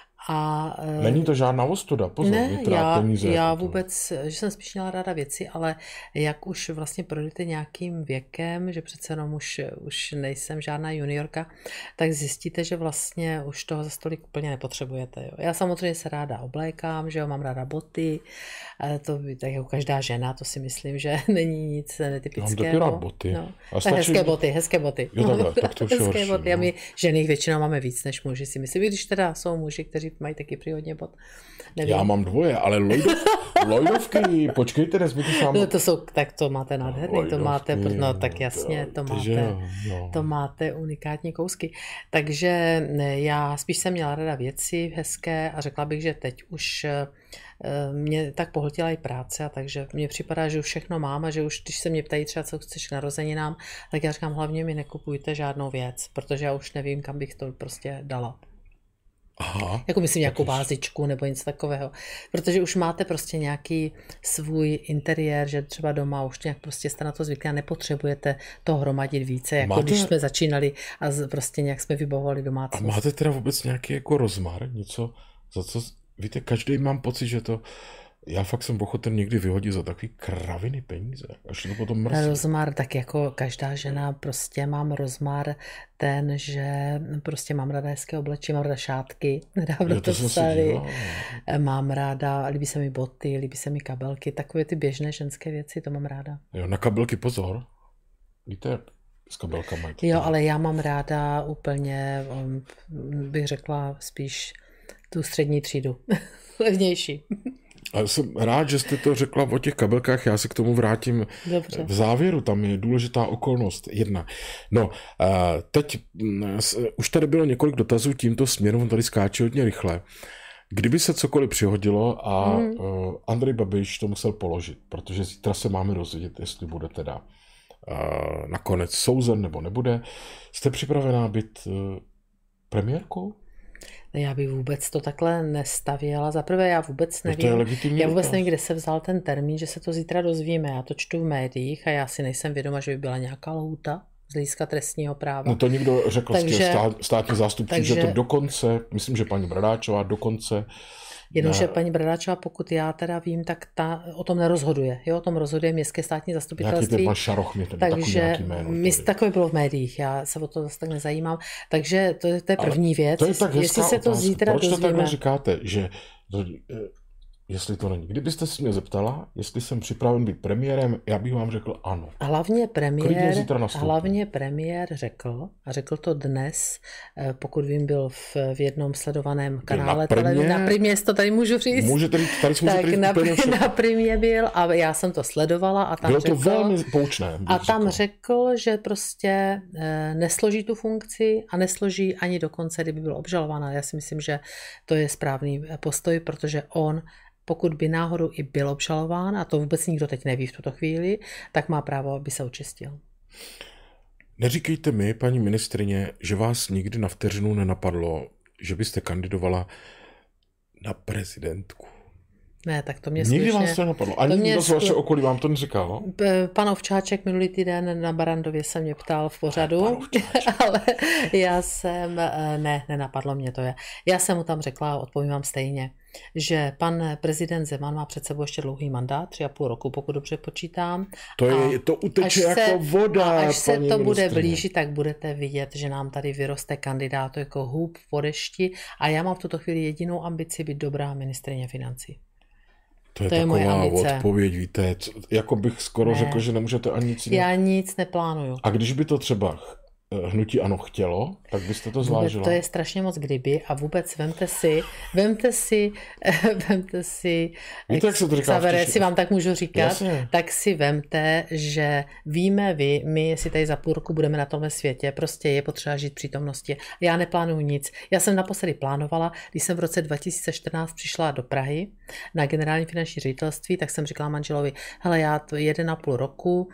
B: A,
A: Není to žádná ostuda, pozor,
B: ne, já,
A: peníze.
B: já vůbec, že jsem spíš měla ráda věci, ale jak už vlastně projdete nějakým věkem, že přece jenom už, už nejsem žádná juniorka, tak zjistíte, že vlastně už toho za stolik úplně nepotřebujete. Jo. Já samozřejmě se ráda oblékám, že jo, mám ráda boty, to tak jako každá žena, to si myslím, že není nic netypického.
A: Mám rád boty.
B: No. A stačí... Hezké boty, hezké boty.
A: Jo, takhle, tak to už
B: hezké
A: horší,
B: boty.
A: No.
B: A my ženy většinou máme víc než muži, si myslím, když teda jsou muži, kteří mají taky příhodně bod. Nevím.
A: Já mám dvoje, ale Lloydov, Lloydovky, počkejte, nezbytě sám.
B: No to jsou, tak to máte nádherný, Lloydovky, to máte, no tak jasně, to máte, no. to máte unikátní kousky. Takže já spíš jsem měla ráda věci hezké a řekla bych, že teď už mě tak pohltila i práce, a takže mně připadá, že už všechno mám a že už, když se mě ptají třeba, co chceš k narozeninám, tak já říkám, hlavně mi nekupujte žádnou věc, protože já už nevím, kam bych to prostě dala.
A: Aha,
B: jako myslím nějakou vázičku nebo něco takového, protože už máte prostě nějaký svůj interiér, že třeba doma už nějak prostě jste na to zvyklí a nepotřebujete to hromadit více, jako máte... když jsme začínali a prostě nějak jsme vybavovali domácnost.
A: A máte teda vůbec nějaký jako rozmar, něco, za co, víte, každý mám pocit, že to, já fakt jsem ochoten někdy vyhodit za takový kraviny peníze, až to potom mrzí.
B: Rozmar, tak jako každá žena, prostě mám rozmar ten, že prostě mám ráda hezké oblečení, mám ráda šátky, nedávno to psali, mám ráda, líbí se mi boty, líbí se mi kabelky, takové ty běžné ženské věci, to mám ráda.
A: Jo, na kabelky pozor, víte, s kabelkama.
B: Jo, ale já mám ráda úplně, bych řekla spíš tu střední třídu, levnější.
A: A jsem rád, že jste to řekla o těch kabelkách, já se k tomu vrátím.
B: Dobře.
A: V závěru, tam je důležitá okolnost, jedna. No, teď už tady bylo několik dotazů tímto směrem, on tady skáče hodně rychle. Kdyby se cokoliv přihodilo a mm. Andrej Babiš to musel položit, protože zítra se máme rozvědět, jestli bude teda nakonec souzen nebo nebude, jste připravená být premiérkou?
B: Já bych vůbec to takhle nestavěla. Zaprvé já vůbec nevím, já vůbec nevím, kde se vzal ten termín, že se to zítra dozvíme. Já to čtu v médiích a já si nejsem vědoma, že by byla nějaká lhůta z hlediska trestního práva.
A: No to někdo řekl takže, z těch stát, státních zástupců,
B: takže,
A: že to dokonce, myslím, že paní Bradáčová dokonce...
B: Jenomže paní Bradáčová, pokud já teda vím, tak ta o tom nerozhoduje. Jo, o tom rozhoduje městské státní zastupitelství.
A: Nějaký ten Šaroch mě,
B: takže takové bylo v médiích, já se o to zase tak nezajímám. Takže to je, to je první věc.
A: To je tak
B: jestli se to zítra
A: Proč
B: dozvíme.
A: to takhle říkáte, že jestli to není. Kdybyste se mě zeptala, jestli jsem připraven být premiérem, já bych vám řekl ano.
B: Hlavně premiér, hlavně premiér řekl, a řekl to dnes, pokud vím, byl v, v jednom sledovaném kanále televize, na Primě, to tady můžu říct.
A: Můžete říct, tady můžete
B: tak
A: říct
B: na,
A: úplně všechno.
B: Na Primě byl a já jsem to sledovala a tam
A: bylo
B: řekl,
A: to velmi poučné.
B: A tam
A: řekl.
B: řekl, že prostě nesloží tu funkci a nesloží ani dokonce, kdyby byl obžalován. Já si myslím, že to je správný postoj, protože on, pokud by náhodou i byl obžalován, a to vůbec nikdo teď neví v tuto chvíli, tak má právo, aby se očistil.
A: Neříkejte mi, paní ministrině, že vás nikdy na vteřinu nenapadlo, že byste kandidovala na prezidentku.
B: Ne, tak to mě
A: Nikdy
B: skutečně...
A: vás to nenapadlo. Ani nikdo z vašeho okolí vám to neříkal?
B: Pan Ovčáček minulý týden na Barandově se mě ptal v pořadu, ale já jsem... Ne, nenapadlo mě to. Je. Já jsem mu tam řekla, odpovím vám stejně, že pan prezident Zeman má před sebou ještě dlouhý mandát, tři a půl roku, pokud dobře počítám.
A: To, je, to uteče jako
B: se,
A: voda,
B: až se to
A: ministrině.
B: bude blížit, tak budete vidět, že nám tady vyroste kandidát jako hůb po dešti a já mám v tuto chvíli jedinou ambici být dobrá ministryně financí.
A: To je,
B: to je
A: taková odpověď, víte, co, jako bych skoro ne. řekl, že nemůžete ani nic jiného.
B: Já nic neplánuju.
A: A když by to třeba hnutí ANO chtělo, tak byste to zvážila?
B: To je strašně moc kdyby a vůbec vemte si, vemte si, vemte si,
A: víte, jak se to říká?
B: Xavere, si vám tak můžu říkat,
A: Jasně.
B: tak si vemte, že víme vy, my, jestli tady za půl roku budeme na tomhle světě, prostě je potřeba žít přítomnosti. Já neplánuju nic. Já jsem naposledy plánovala, když jsem v roce dva tisíce čtrnáct přišla do Prahy na generální finanční ředitelství, tak jsem říkala manželovi, hele, já to jeden a půl roku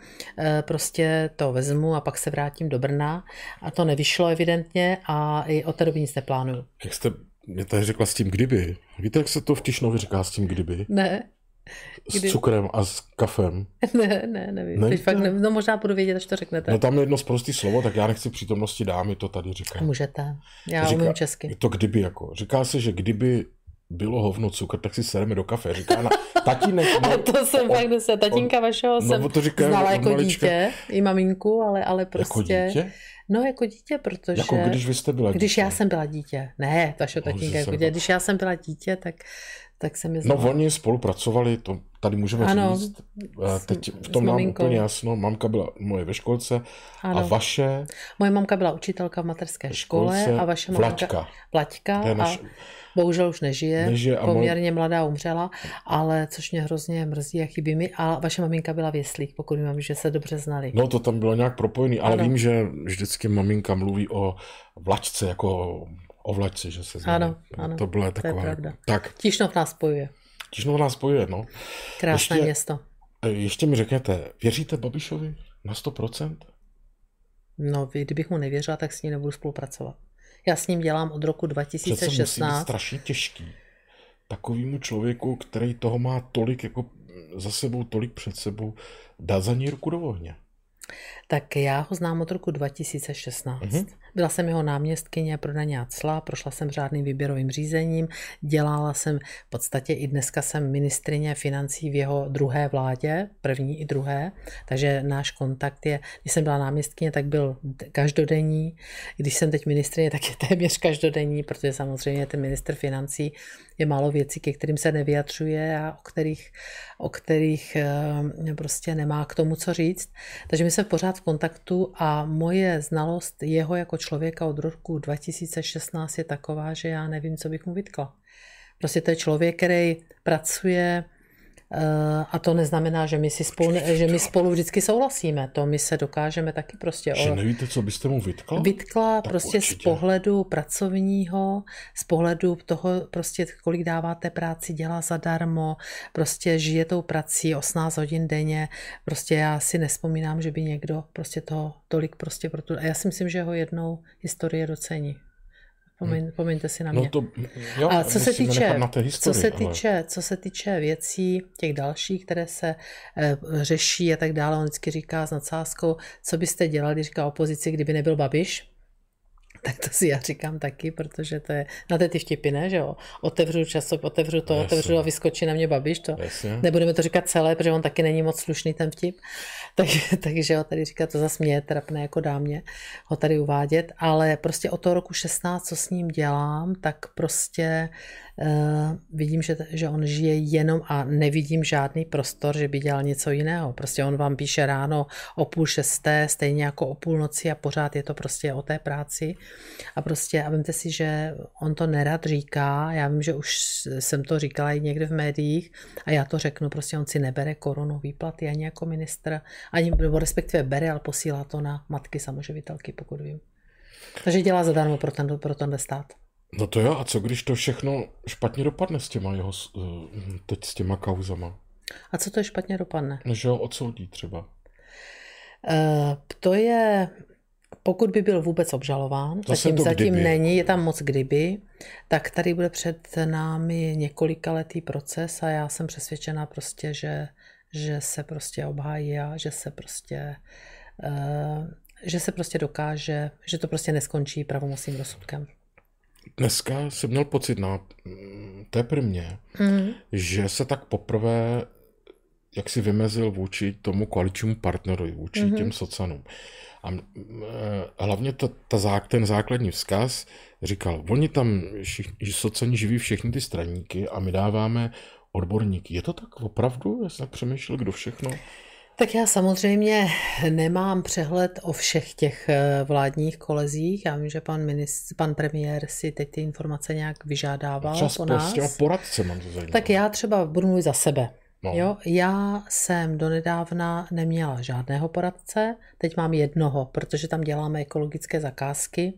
B: prostě to vezmu a pak se vrátím do Brna. A to nevyšlo evidentně a i od té doby nic neplánuju.
A: Jak jste mě tady řekla s tím kdyby? Víte, jak se to v Tišnově říká s tím kdyby?
B: Ne.
A: Kdy? S cukrem a s kafem?
B: Ne, ne, nevím. Teď fakt ne, no možná budu vědět, až to řeknete.
A: No tam je jedno prostý slovo, tak já nechci přítomnosti dámy, to tady říká.
B: Můžete, já
A: říká,
B: umím česky.
A: Je to kdyby jako. Říká se, že kdyby bylo hovno cukr, tak si sereme do kafe. Říká na tatínek.
B: No, a to jsem on, fakt nese. Tatínka on, vašeho jsem no, to říká, znala jako malička. Dítě, i maminku, ale, ale prostě...
A: Jako dítě?
B: No jako dítě, protože...
A: Jako když vy jste byla dítě.
B: Když já jsem byla dítě. Ne, vašeho tatínka jako dítě. Když já jsem byla dítě, tak, tak jsem je znala.
A: No oni spolupracovali, to tady můžeme ano, říct. Teď v tom mám úplně jasno. Mamka byla moje ve školce ano. A vaše...
B: Moje mamka byla učitelka v mateřské škole a vaše mamka...
A: Vlaďka.
B: Vlaďka naš... a bohužel už nežije. nežije a poměrně můj... mladá umřela, ale což mě hrozně mrzí a chybí mi. A vaše maminka byla v jeslích, pokud vím, že se dobře znali.
A: No to tam bylo nějak propojený, ale ano. Vím, že vždycky maminka mluví o Vlaďce, jako o Vlaďce, že se znali.
B: Ano, ano.
A: To byla taková...
B: To je pravda.
A: Tak.
B: Tišnov nás spojuje.
A: Tišnov nás spojuje, no.
B: Krásné ještě, město.
A: Ještě mi řekněte, věříte Babišovi na sto procent?
B: No, kdybych mu nevěřila, tak s ním nebudu spolupracovat. Já s ním dělám od roku dva tisíce šestnáct.
A: Přece musí být strašně těžký. Takovýmu člověku, který toho má tolik jako za sebou, tolik před sebou, dát za ní ruku do ohně.
B: Tak já ho znám od roku dva tisíce šestnáct. Mm-hmm. Byla jsem jeho náměstkyně pro daně a cla, prošla jsem řádným výběrovým řízením, dělala jsem v podstatě i dneska jsem ministryně financí v jeho druhé vládě, první i druhé, takže náš kontakt je, když jsem byla náměstkyně, tak byl každodenní, když jsem teď ministryně, tak je téměř každodenní, protože samozřejmě ten ministr financí je málo věcí, ke kterým se nevyjadřuje a o kterých, o kterých prostě nemá k tomu co říct. Takže my jsme pořád v kontaktu a moje znalost jeho jako člověka od roku dva tisíce šestnáct je taková, že já nevím, co bych mu vytkla. Prostě to je člověk, který pracuje a to neznamená, že my, si spolu, že my spolu vždycky souhlasíme. To my se dokážeme taky prostě...
A: Že nevíte, co byste mu vytkla?
B: Vytkla tak prostě určitě. Z pohledu pracovního, z pohledu toho, prostě kolik dáváte práci, dělá zadarmo, prostě žije tou prací osmnáct hodin denně. Prostě já si nespomínám, že by někdo prostě toho tolik prostě... Proto, a já si myslím, že ho jednou historie docení. Pomeň, pomeňte si na mě.
A: No to, jo,
B: a co se, týče,
A: na té historii,
B: co, se
A: ale...
B: týče, co se týče věcí těch dalších, které se e, řeší a tak dále, on vždycky říká s nadsázkou, co byste dělali, říká opozici, kdyby nebyl Babiš. Tak to si já říkám taky, protože to je na té ty vtipy, ne, že jo? Otevřu časop, otevřu to,
A: Jasně.
B: otevřu a vyskočí na mě Babiš, to
A: Jasně.
B: nebudeme to říkat celé, protože on taky není moc slušný ten vtip, tak, takže ho tady říkat, to zase mě je trapné jako dámě ho tady uvádět, ale prostě od toho roku šestnáct, co s ním dělám, tak prostě uh, vidím, že, že on žije jenom a nevidím žádný prostor, že by dělal něco jiného. Prostě on vám píše ráno o půl šesté, stejně jako o půlnoci a pořád je to prostě o té práci. A prostě, a vemte si, že on to nerad říká, já vím, že už jsem to říkala i někde v médiích a já to řeknu, prostě on si nebere korunu výplaty ani jako ministr, ani, nebo respektive bere, ale posílá to na matky samoživitelky, pokud vím. Takže dělá zadarmo pro, ten, pro tenhle stát.
A: No to jo, a co když to všechno špatně dopadne s těma jeho, teď s těma kauzama?
B: A co to je špatně dopadne?
A: No, že ho odsoudí třeba.
B: Uh, to je... Pokud by byl vůbec obžalován,
A: Zase
B: zatím, zatím
A: kdyby.
B: není, je tam moc kdyby, tak tady bude před námi několikaletý proces a já jsem přesvědčena prostě, že, že se prostě obhájí a že se prostě, uh, že se prostě dokáže, že to prostě neskončí pravomocným rozsudkem.
A: Dneska jsem měl pocit na té primě,
B: Mm.
A: že se tak poprvé jak si vymezil vůči tomu koaličnímu partnerovi, vůči mm-hmm. těm socanům. A e, hlavně to, ta zák, ten základní vzkaz říkal, oni tam všichni, socani živí všechny ty straníky a my dáváme odborníky. Je to tak opravdu? Já jsem přemýšlel, kdo všechno?
B: Tak já samozřejmě nemám přehled o všech těch vládních kolezích. Já vím, že pan, ministr, pan premiér si teď ty informace nějak vyžádával
A: Třeba
B: po nás.
A: S těma poradcema to zajímá.
B: Tak já třeba budu mluvit za sebe.
A: No.
B: Jo, já jsem donedávna neměla žádného poradce, teď mám jednoho, protože tam děláme ekologické zakázky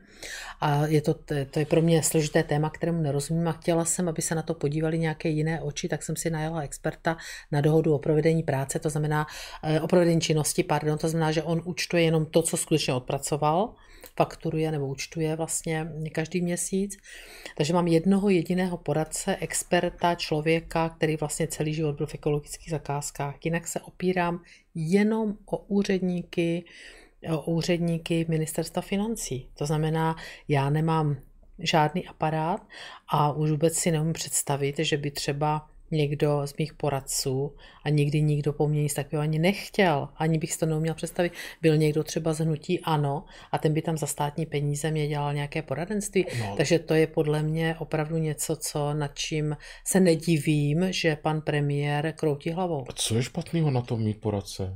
B: a je to, to je pro mě složité téma, kterému nerozumím a chtěla jsem, aby se na to podívali nějaké jiné oči, tak jsem si najala experta na dohodu o provedení práce, to znamená o provedení činnosti, pardon, to znamená, že on účtuje jenom to, co skutečně odpracoval, fakturuje nebo účtuje vlastně každý měsíc. Takže mám jednoho jediného poradce, experta, člověka, který vlastně celý život byl v ekologických zakázkách. Jinak se opírám jenom o úředníky, o úředníky ministerstva financí. To znamená, já nemám žádný aparát a už vůbec si neumím představit, že by třeba někdo z mých poradců a nikdy nikdo po mně nic takového ani nechtěl, ani bych si to neuměl představit, byl někdo třeba z hnutí ANO a ten by tam za státní peníze mě dělal nějaké poradenství. No. Takže to je podle mě opravdu něco, co nad čím se nedivím, že pan premiér kroutí hlavou.
A: A co je špatného na tom mít poradce?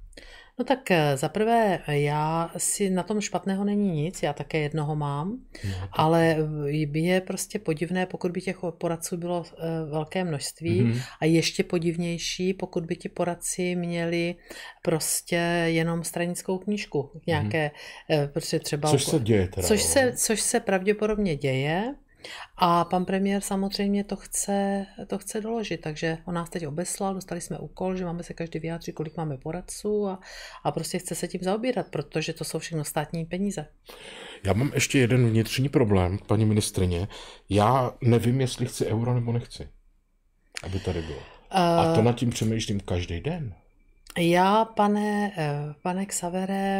B: No tak zaprvé já si na tom špatného není nic, já také jednoho mám, no, ale je prostě podivné, pokud by těch poradců bylo velké množství mm-hmm. a ještě podivnější, pokud by ti poradci měli prostě jenom stranickou knížku nějaké, mm-hmm. prostě třeba...
A: Což se děje teda.
B: Což se, což se pravděpodobně děje. A pan premiér samozřejmě to chce, to chce doložit, takže on nás teď obeslal, dostali jsme úkol, že máme se každý vyjádřit, kolik máme poradců a, a prostě chce se tím zaobírat, protože to jsou všechno státní peníze.
A: Já mám ještě jeden vnitřní problém, paní ministryně. Já nevím, jestli chci euro nebo nechci, aby tady bylo. Uh, a to nad tím přemýšlím každý den.
B: Já, pane, pane Xavere,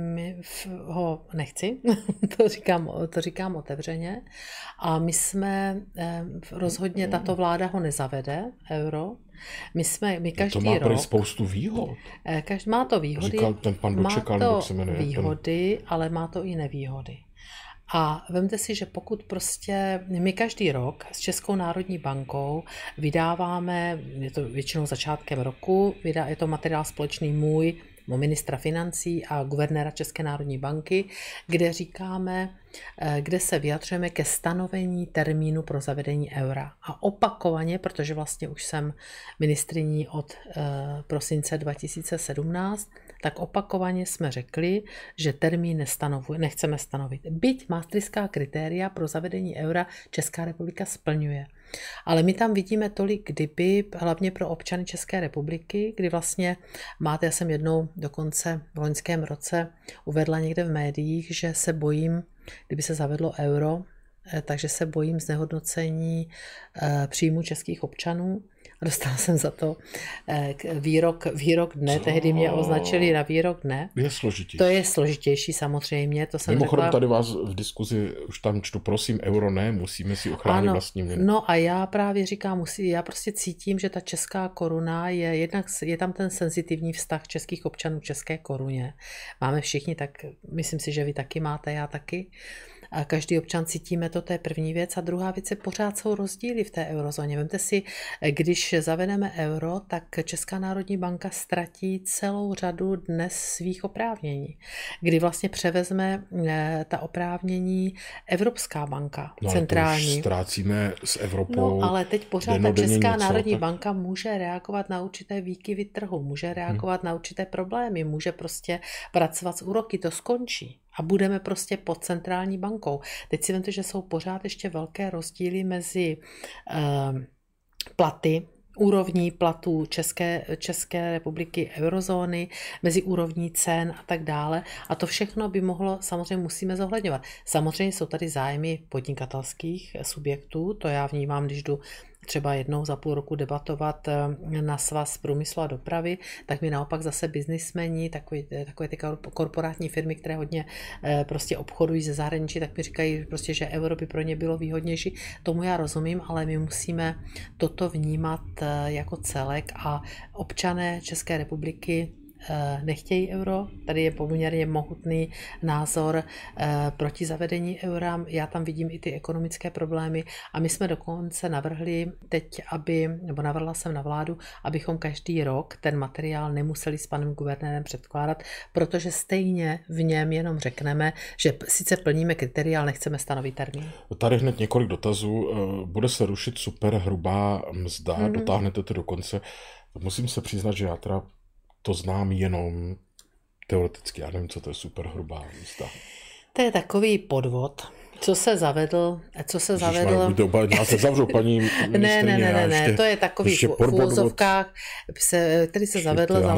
B: ho nechci, to říkám, to říkám otevřeně. A my jsme, rozhodně tato vláda ho nezavede, euro. My jsme, my každý
A: to má
B: rok...
A: spoustu výhod.
B: Každý, má to výhody,
A: Říkal ten pan Dočekal,
B: má to
A: se jmenuje,
B: výhody, ten... ale má to i nevýhody. A vemte si, že pokud prostě my každý rok s Českou národní bankou vydáváme, je to většinou začátkem roku, je to materiál společný můj, ministra financí a guvernéra České národní banky, kde říkáme, kde se vyjadřujeme ke stanovení termínu pro zavedení eura. A opakovaně, protože vlastně už jsem ministryní od prosince dva tisíce sedmnáct, tak opakovaně jsme řekli, že termín nestanovuje, nechceme stanovit. Byť maastrichtská kritéria pro zavedení eura Česká republika splňuje. Ale my tam vidíme tolik kdyby, hlavně pro občany České republiky, kdy vlastně máte, já jsem jednou dokonce v loňském roce uvedla někde v médiích, že se bojím, kdyby se zavedlo euro, takže se bojím znehodnocení příjmu českých občanů. a dostala jsem za to výrok, výrok dne, Co? Tehdy mě označili na výrok dne.
A: Je složitější.
B: To je složitější samozřejmě, to jsem
A: Mimochodem
B: řekla.
A: Tady vás v diskuzi už tam čtu, prosím, euro ne, musíme si ochránit vlastní měnu.
B: No a já právě říkám, musí, já prostě cítím, že ta česká koruna je jednak, je tam ten senzitivní vztah českých občanů k české koruně. Máme všichni, tak myslím si, že vy taky máte, já taky. A každý občan cítíme to, to je první věc. A druhá věc je, pořád jsou rozdíly v té eurozóně. Vemte si, když zavedeme euro, tak Česká národní banka ztratí celou řadu dnes svých oprávnění, kdy vlastně převezme ta oprávnění Evropská banka,
A: no,
B: centrální.
A: To už ztrácíme s Evropou.
B: No, ale teď pořád ta Česká něco, národní tak... banka může reagovat na určité výkyvy trhu, může reagovat hmm. na určité problémy, může prostě pracovat s úroky, to skončí. A budeme prostě pod centrální bankou. Teď si vemte, že jsou pořád ještě velké rozdíly mezi uh, platy, úrovní platů České, České republiky, eurozóny, mezi úrovní cen a tak dále. A to všechno by mohlo, samozřejmě musíme zohledňovat. Samozřejmě jsou tady zájmy podnikatelských subjektů, to já vnímám, když jdu třeba jednou za půl roku debatovat na Svaz průmyslu a dopravy, tak mi naopak zase biznismeni, takové, takové ty korporátní firmy, které hodně prostě obchodují ze zahraničí, tak mi říkají prostě, že euro by pro ně bylo výhodnější. Tomu já rozumím, ale my musíme toto vnímat jako celek a občané České republiky nechtějí euro. Tady je poměrně mohutný názor proti zavedení eura. Já tam vidím i ty ekonomické problémy a my jsme dokonce navrhli teď, aby, nebo navrhla jsem na vládu, abychom každý rok ten materiál nemuseli s panem guvernérem předkládat, protože stejně v něm jenom řekneme, že sice plníme kritéria, ale nechceme stanovit termín.
A: Tady hned několik dotazů. Bude se rušit superhrubá mzda, mm-hmm. dotáhnete to do konce. Musím se přiznat, že já teda to znám jenom teoreticky, já nevím, co to je superhrubá mzda.
B: To je takový podvod, co se zavedl, co se Ježiš, zavedl...
A: Já se zavřu, paní ministryně.
B: Ne, ne, ne, ne, ne. to je takový v úvozovkách, který se zavedl za,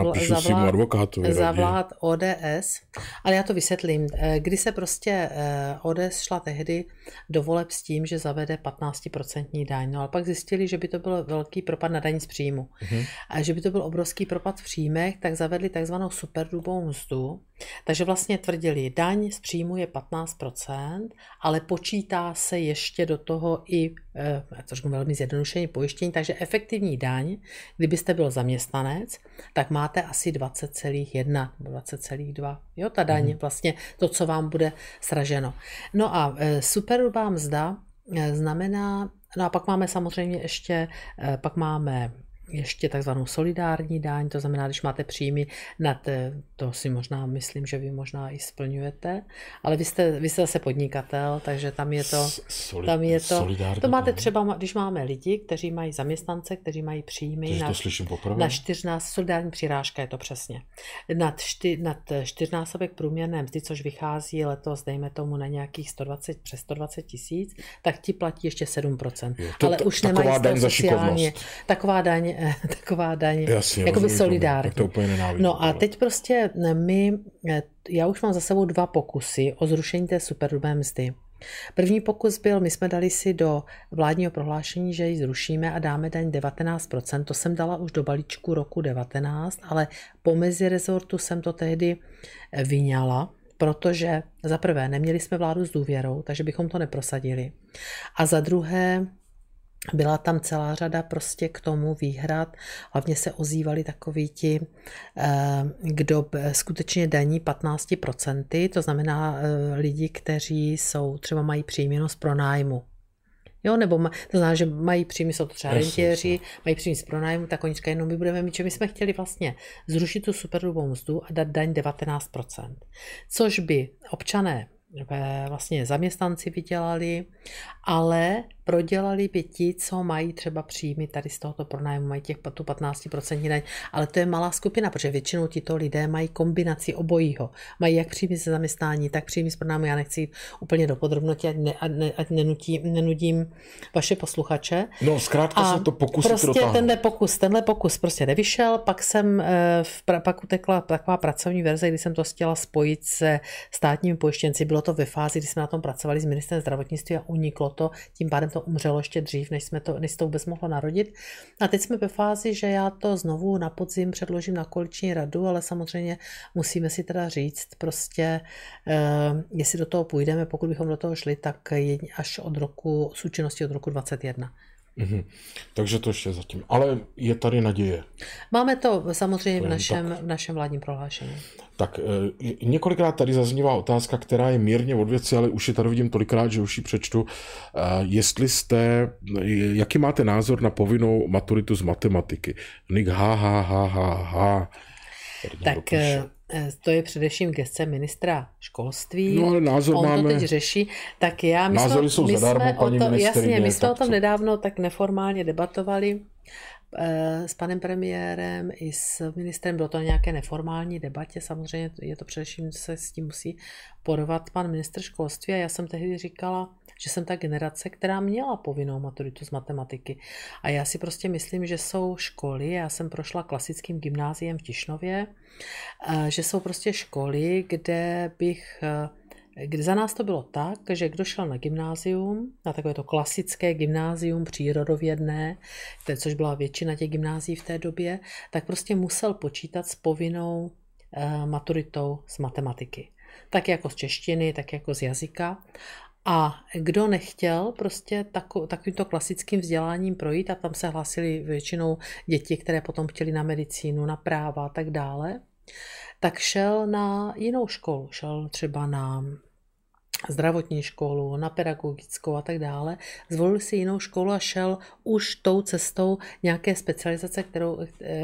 B: vlád, za vlád O D S, ale já to vysvětlím. Kdy se prostě O D S šla tehdy do voleb s tím, že zavede patnáctiprocentní daň, no ale pak zjistili, že by to byl velký propad na daň z příjmu. Mhm. A že by to byl obrovský propad v příjmech, tak zavedli takzvanou superhrubou mzdu. Takže vlastně tvrdili, daň z příjmu je patnáct procent, ale počítá se ještě do toho i, to řeknu velmi zjednodušeně, pojištění, takže efektivní daň, kdybyste byl zaměstnanec, tak máte asi dvacet celá jedna nebo dvacet celá dva. Jo, ta daň, mm. vlastně to, co vám bude sraženo. No a superhrubá mzda znamená, no a pak máme samozřejmě ještě, pak máme ještě takzvanou solidární daň, to znamená, když máte příjmy nad, to si možná myslím, že vy možná i splňujete, ale vy jste, vy jste zase podnikatel, takže tam je to, Soli, tam je to, to máte třeba, když máme lidi, kteří mají zaměstnance, kteří mají příjmy na, na čtyřnáct, solidární přirážka je to přesně, nad, čty, nad čtyřnásobek průměrné mzdy, což vychází letos, dejme tomu na nějakých sto dvacet, přes sto dvacet tisíc, tak ti platí ještě sedm procent. Jo, to, ale už nemají sociálně, taková daň taková daň,
A: Jasně,
B: jakoby solidární.
A: To úplně nenávidím.
B: No a teď prostě my, já už mám za sebou dva pokusy o zrušení té superhrubé mzdy. První pokus byl, my jsme dali si do vládního prohlášení, že ji zrušíme a dáme daň devatenáct procent. To jsem dala už do balíčku roku devatenáct, ale po mezirezortu jsem to tehdy vyňala, protože za prvé neměli jsme vládu s důvěrou, takže bychom to neprosadili. A za druhé byla tam celá řada prostě k tomu výhrad, hlavně se ozývali takoví ti, kdo skutečně daní patnáct procent, to znamená lidi, kteří jsou, třeba mají příjmy z pronájmu. Jo, nebo ma, to znamená, že mají příjmy, jsou to třeba rentiéři, mají příjmy z pronájmu, tak oni říkají, jenom my budeme mít, že my jsme chtěli vlastně zrušit tu superhrubou mzdu a dát daň devatenáct procent, což by občané vlastně zaměstnanci vydělali, ale prodělali by ti, co mají třeba příjmy tady z tohoto pronájmu, mají těch tu patnáct procent daň, ale to je malá skupina, protože většinou tito lidé mají kombinaci obojího. Mají jak příjmy ze zaměstnání, tak příjmy z pronájmu. Já nechci jít úplně do podrobností, ať, ne, ne, ať nenutí, nenudím vaše posluchače.
A: No zkrátka se to pokusit
B: prostě dotáhnout. tenhle pokus, tenhle pokus prostě nevyšel, pak jsem, v, pak utekla taková pracovní verze, kdy jsem to chtěla spojit se státními pojištěnci. Bylo to ve fázi, kdy jsme na tom pracovali s ministrem zdravotnictví a uniklo to, tím pádem to to umřelo ještě dřív, než, jsme to, než se to vůbec mohlo narodit. A teď jsme ve fázi, že já to znovu na podzim předložím na koaliční radu, ale samozřejmě musíme si teda říct prostě, uh, jestli do toho půjdeme, pokud bychom do toho šli, tak až od roku, s účinností od roku dvacet jedna.
A: Mhm. Takže to ještě zatím. Ale je tady naděje.
B: Máme to samozřejmě v
A: Jen
B: našem,
A: tak.
B: v našem vládním prohlášení.
A: Tak e, několikrát tady zaznívá otázka, která je mírně od věci, ale už je tady vidím tolikrát, že už ji přečtu. E, jestli jste, jaký máte názor na povinnou maturitu z matematiky? Nik ha, ha, ha, ha, ha.
B: Tak to je především gesce ministra školství.
A: No ale názor
B: On
A: máme...
B: to teď řeší. Tak já, my
A: Názory
B: jsme,
A: jsou
B: my
A: zadarmo,
B: jsme
A: paní
B: o to,
A: ministryně.
B: jasně, my jsme o tom
A: co?
B: nedávno tak neformálně debatovali s panem premiérem i s ministrem. Bylo to na nějaké neformální debatě, samozřejmě je to především, se s tím musí porovat pan ministr školství a já jsem tehdy říkala, že jsem ta generace, která měla povinnou maturitu z matematiky. A já si prostě myslím, že jsou školy, já jsem prošla klasickým gymnáziem v Tišnově, že jsou prostě školy, kde bych... Kdy za nás to bylo tak, že kdo šel na gymnázium, na takové to klasické gymnázium přírodovědné, což byla většina těch gymnázií v té době, tak prostě musel počítat s povinnou eh, maturitou z matematiky. Tak jako z češtiny, tak jako z jazyka. A kdo nechtěl prostě tako, takovýmto klasickým vzděláním projít, a tam se hlásili většinou děti, které potom chtěli na medicínu, na práva a tak dále, tak šel na jinou školu, šel třeba na zdravotní školu, na pedagogickou a tak dále. Zvolil si jinou školu a šel už tou cestou nějaké specializace, kterou,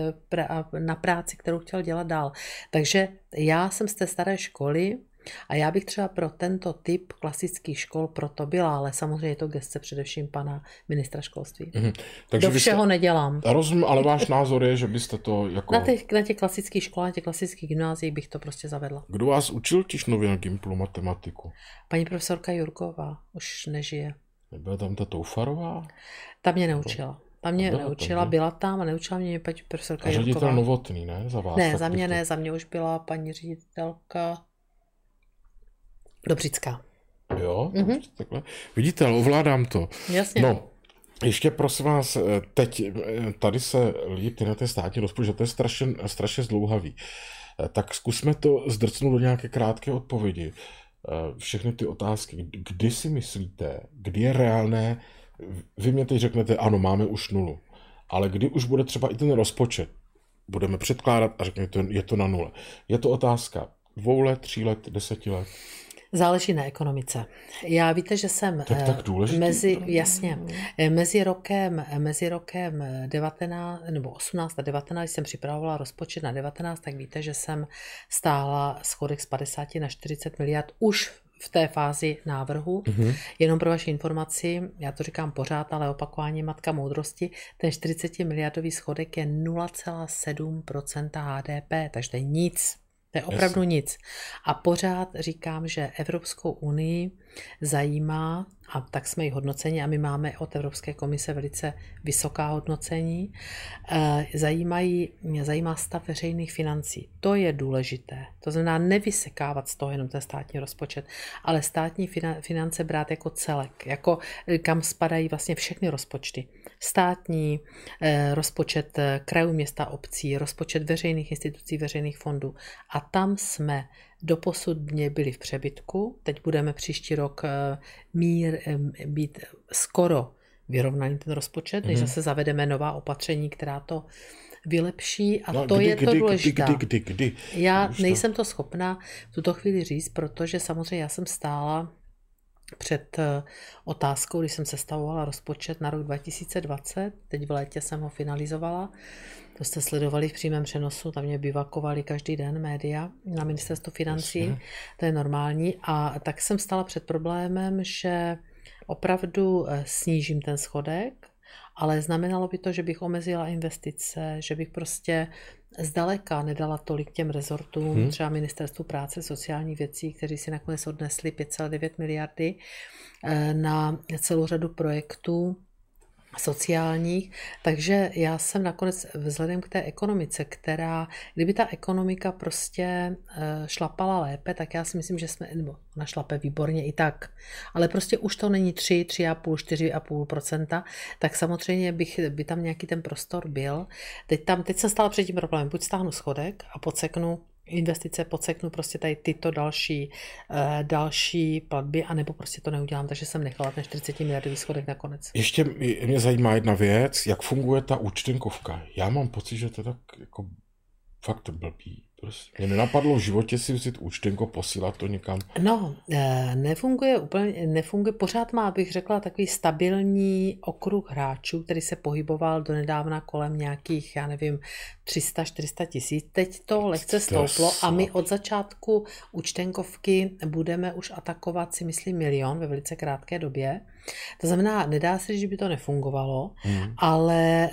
B: na práci, kterou chtěl dělat dál. Takže já jsem z té staré školy a já bych třeba pro tento typ klasických škol proto byla, ale samozřejmě je to gesce především pana ministra školství. Mm-hmm. Takže do všeho jste... nedělám.
A: Rozumím, ale váš názor je, že byste to jako...
B: Na těch, na těch klasických školách, na těch klasických gymnáziích bych to prostě zavedla.
A: Kdo vás učil Tišnově na Gimplu matematiku?
B: Paní profesorka Jurková, už nežije.
A: Nebyla tam ta Toufarová?
B: Ta mě neučila. Ta mě byla neučila, tam, byla tam a neučila mě paní profesorka Jurková. A
A: ředitel Novotný, ne? Za vás?
B: Ne, za mě ne, za mě už byla paní ředitelka Dobřická.
A: Jo, mm-hmm. takhle. Vidíte, ale ovládám to.
B: Jasně.
A: No, ještě prosím vás, teď tady se lidi ty na ten státní rozpočet, to je strašně, strašně zdlouhavý. Tak zkusme to zdrcnout do nějaké krátké odpovědi. Všechny ty otázky, kdy si myslíte, kdy je reálné, vy mě teď řeknete, ano, máme už nulu, ale kdy už bude třeba i ten rozpočet, budeme předkládat a řeknete, je to na nule. Je to otázka dvou let, tří let, deseti let?
B: Záleží na ekonomice. Já víte, že jsem
A: tak, tak
B: mezi, jasně, mezi rokem, mezi rokem devatenáct, nebo osmnáct a devatenáct, jsem připravovala rozpočet na devatenáct, tak víte, že jsem stála schodek z padesát na čtyřicet miliard už v té fázi návrhu. Mm-hmm. Jenom pro vaši informaci, já to říkám pořád, ale opakování matka moudrosti, ten čtyřicet miliardový schodek je nula celá sedm procenta H D P, takže to je nic. To je opravdu yes. nic. A pořád říkám, že Evropskou unii zajímá, a tak jsme ji hodnoceni, a my máme od Evropské komise velice vysoká hodnocení, zajímají, zajímá stav veřejných financí. To je důležité. To znamená nevysekávat z toho jenom ten státní rozpočet, ale státní finance brát jako celek, jako kam spadají vlastně všechny rozpočty. Státní, rozpočet krajů, města, obcí, rozpočet veřejných institucí, veřejných fondů. A tam jsme doposud byli v přebytku, teď budeme příští rok mír být skoro vyrovnaný ten rozpočet, než mm. zase zavedeme nová opatření, která to vylepší a no, to kdy, je to kdy, důležité.
A: Kdy, kdy, kdy, kdy.
B: Já Víš nejsem to? to schopna v tuto chvíli říct, protože samozřejmě já jsem stála před otázkou, když jsem sestavovala rozpočet na rok dva tisíce dvacet, teď v létě jsem ho finalizovala, to jste sledovali v přímém přenosu, tam mě bivakovali každý den média na ministerstvu financí, Jasně. To je normální, a tak jsem stála před problémem, že opravdu snížím ten schodek, ale znamenalo by to, že bych omezila investice, že bych prostě zdaleka nedala tolik těm rezortům, hmm. třeba Ministerstvu práce, sociálních věcí, kteří si nakonec odnesli pět celá devět miliardy na celou řadu projektů, sociálních, takže já jsem nakonec vzhledem k té ekonomice, která, kdyby ta ekonomika prostě šlapala lépe, tak já si myslím, že jsme, nebo ona šlape výborně i tak, ale prostě už to není tři, tři a půl, čtyři a půl procenta, tak samozřejmě bych, by tam nějaký ten prostor byl. Teď tam, teď jsem stála před tím problémem, buď stáhnu schodek a podseknu investice, podseknu prostě tady tyto další, uh, další platby, anebo prostě to neudělám, takže jsem nechala ten čtyřicet miliardový schodek nakonec.
A: Ještě mě zajímá jedna věc, jak funguje ta účtenkovka. Já mám pocit, že to je tak jako fakt blbý. Prostě mě nenapadlo v životě si vzít účtenko, posílat to někam.
B: No, nefunguje úplně, nefunguje, pořád má, bych řekla, takový stabilní okruh hráčů, který se pohyboval donedávna kolem nějakých, já nevím, tři sta čtyři sta tisíc. Teď to lehce stouplo a my od začátku účtenkovky budeme už atakovat, si myslím, milion ve velice krátké době. To znamená, nedá se, že by to nefungovalo, hmm. ale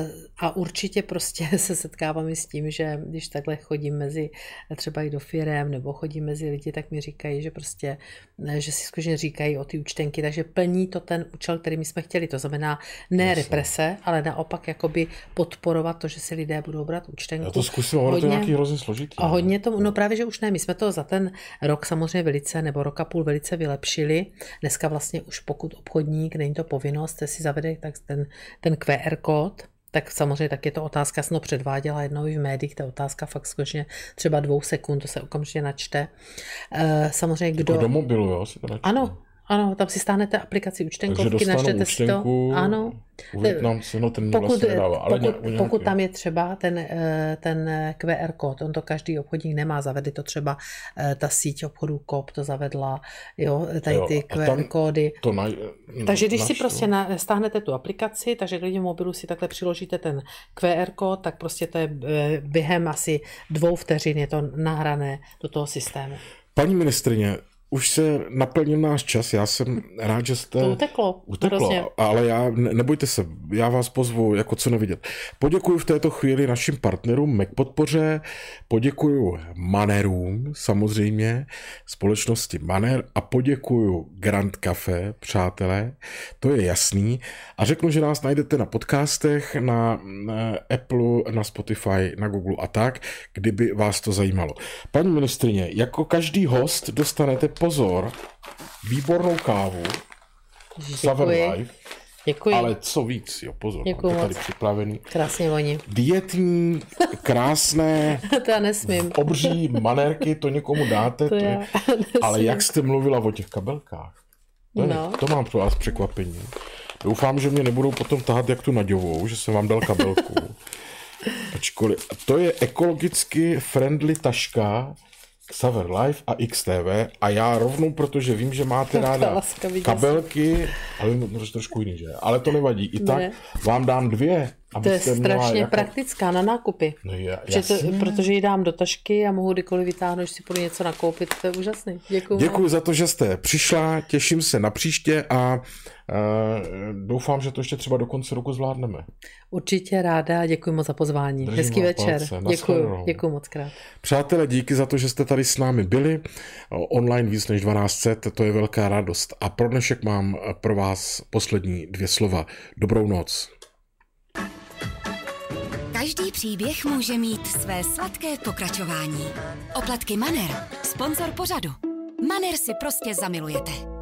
B: a určitě prostě se setkáváme s tím, že když takhle chodím mezi třeba i do firem nebo chodím mezi lidi, tak mi říkají, že prostě, že si skutečně říkají o ty účtenky, takže plní to ten účel, který my jsme chtěli. To znamená ne Jasně. represe, ale naopak jakoby podporovat to, že si lidé budou brát účtenku.
A: Já to zkusím, ale to je nějaký hrozně složitý.
B: A hodně to, no právě, že už ne, my jsme to za ten rok samozřejmě velice, nebo rok a půl velice vylepšili. Dneska vlastně už pokud obchodník, není to povinnost, si zavede tak ten, ten Q R kód, tak samozřejmě tak je to otázka, jsem to předváděla jednou i v médiích, ta otázka fakt skutečně třeba dvou sekund, to se okamžitě načte. Samozřejmě kdo...
A: Jako do mobilu, jo? Si to načte.
B: Ano, ano, tam si stáhnete aplikaci účtenkovky, načtete si to. Ano.
A: U Vietnamce, no ten mě
B: pokud,
A: vlastně nedává, ale
B: pokud,
A: nějak,
B: pokud tam je třeba ten, ten Q R kód, on to každý obchodník nemá, zavedli to třeba ta síť obchodů Coop to zavedla, jo, tady ty Q R kódy.
A: To naj,
B: takže když
A: našlo.
B: si prostě na, stáhnete tu aplikaci, takže když v mobilu si takhle přiložíte ten Q R kód, tak prostě to je během asi dvou vteřin je to nahrané do toho systému.
A: Paní ministryně, už se naplnil náš čas, já jsem rád, že jste...
B: To uteklo.
A: Uteklo,
B: hrozně.
A: Ale já, ne, nebojte se, já vás pozvu jako co nevidět. Poděkuji v této chvíli našim partnerům Mac Podpoře, poděkuji Manerům, samozřejmě, společnosti Maner a poděkuji Grand Café, přátelé, to je jasný. A řeknu, že nás najdete na podcastech, na, na Apple, na Spotify, na Google a tak, kdyby vás to zajímalo. Paní ministryně, jako každý host dostanete pozor, výbornou kávu, Savor Life,
B: Děkuji.
A: Ale co víc, jo, pozor,
B: Děkuji
A: mám to tady
B: moc.
A: připravený.
B: Krásně voní.
A: Dietní, krásné,
B: to já nesmím.
A: obří manérky, to někomu dáte,
B: to
A: to je, ale jak jste mluvila o těch kabelkách, to,
B: no.
A: je, to mám pro vás překvapení. Doufám, že mě nebudou potom tahat jak tu Naďovou, že jsem vám dal kabelku. Ačkoliv, to je ekologicky friendly taška, Savor Life a X T V a já rovnou, protože vím, že máte ráda kabelky, ale to je trošku jiný, že? Ale to nevadí. I tak ne. Vám dám dvě.
B: To je strašně jako... praktická na nákupy.
A: No je,
B: to, protože ji dám do tašky a mohu kdykoliv vytáhnout, když si půjdu něco nakoupit. To je úžasný. Děkuji.
A: Děkuji za to, že jste přišla, těším se na příště a uh, doufám, že to ještě třeba do konce roku zvládneme.
B: Určitě ráda, děkuji moc za pozvání.
A: Držím
B: Hezký večer. Děkuji, děkuji moc krát.
A: Přátelé, díky za to, že jste tady s námi byli. Online víc než dvanáct set, to je velká radost. A pro dnešek mám pro vás poslední dvě slova. Dobrou noc.
C: Každý příběh může mít své sladké pokračování. Oplatky Maner, sponzor pořadu. Maner si prostě zamilujete.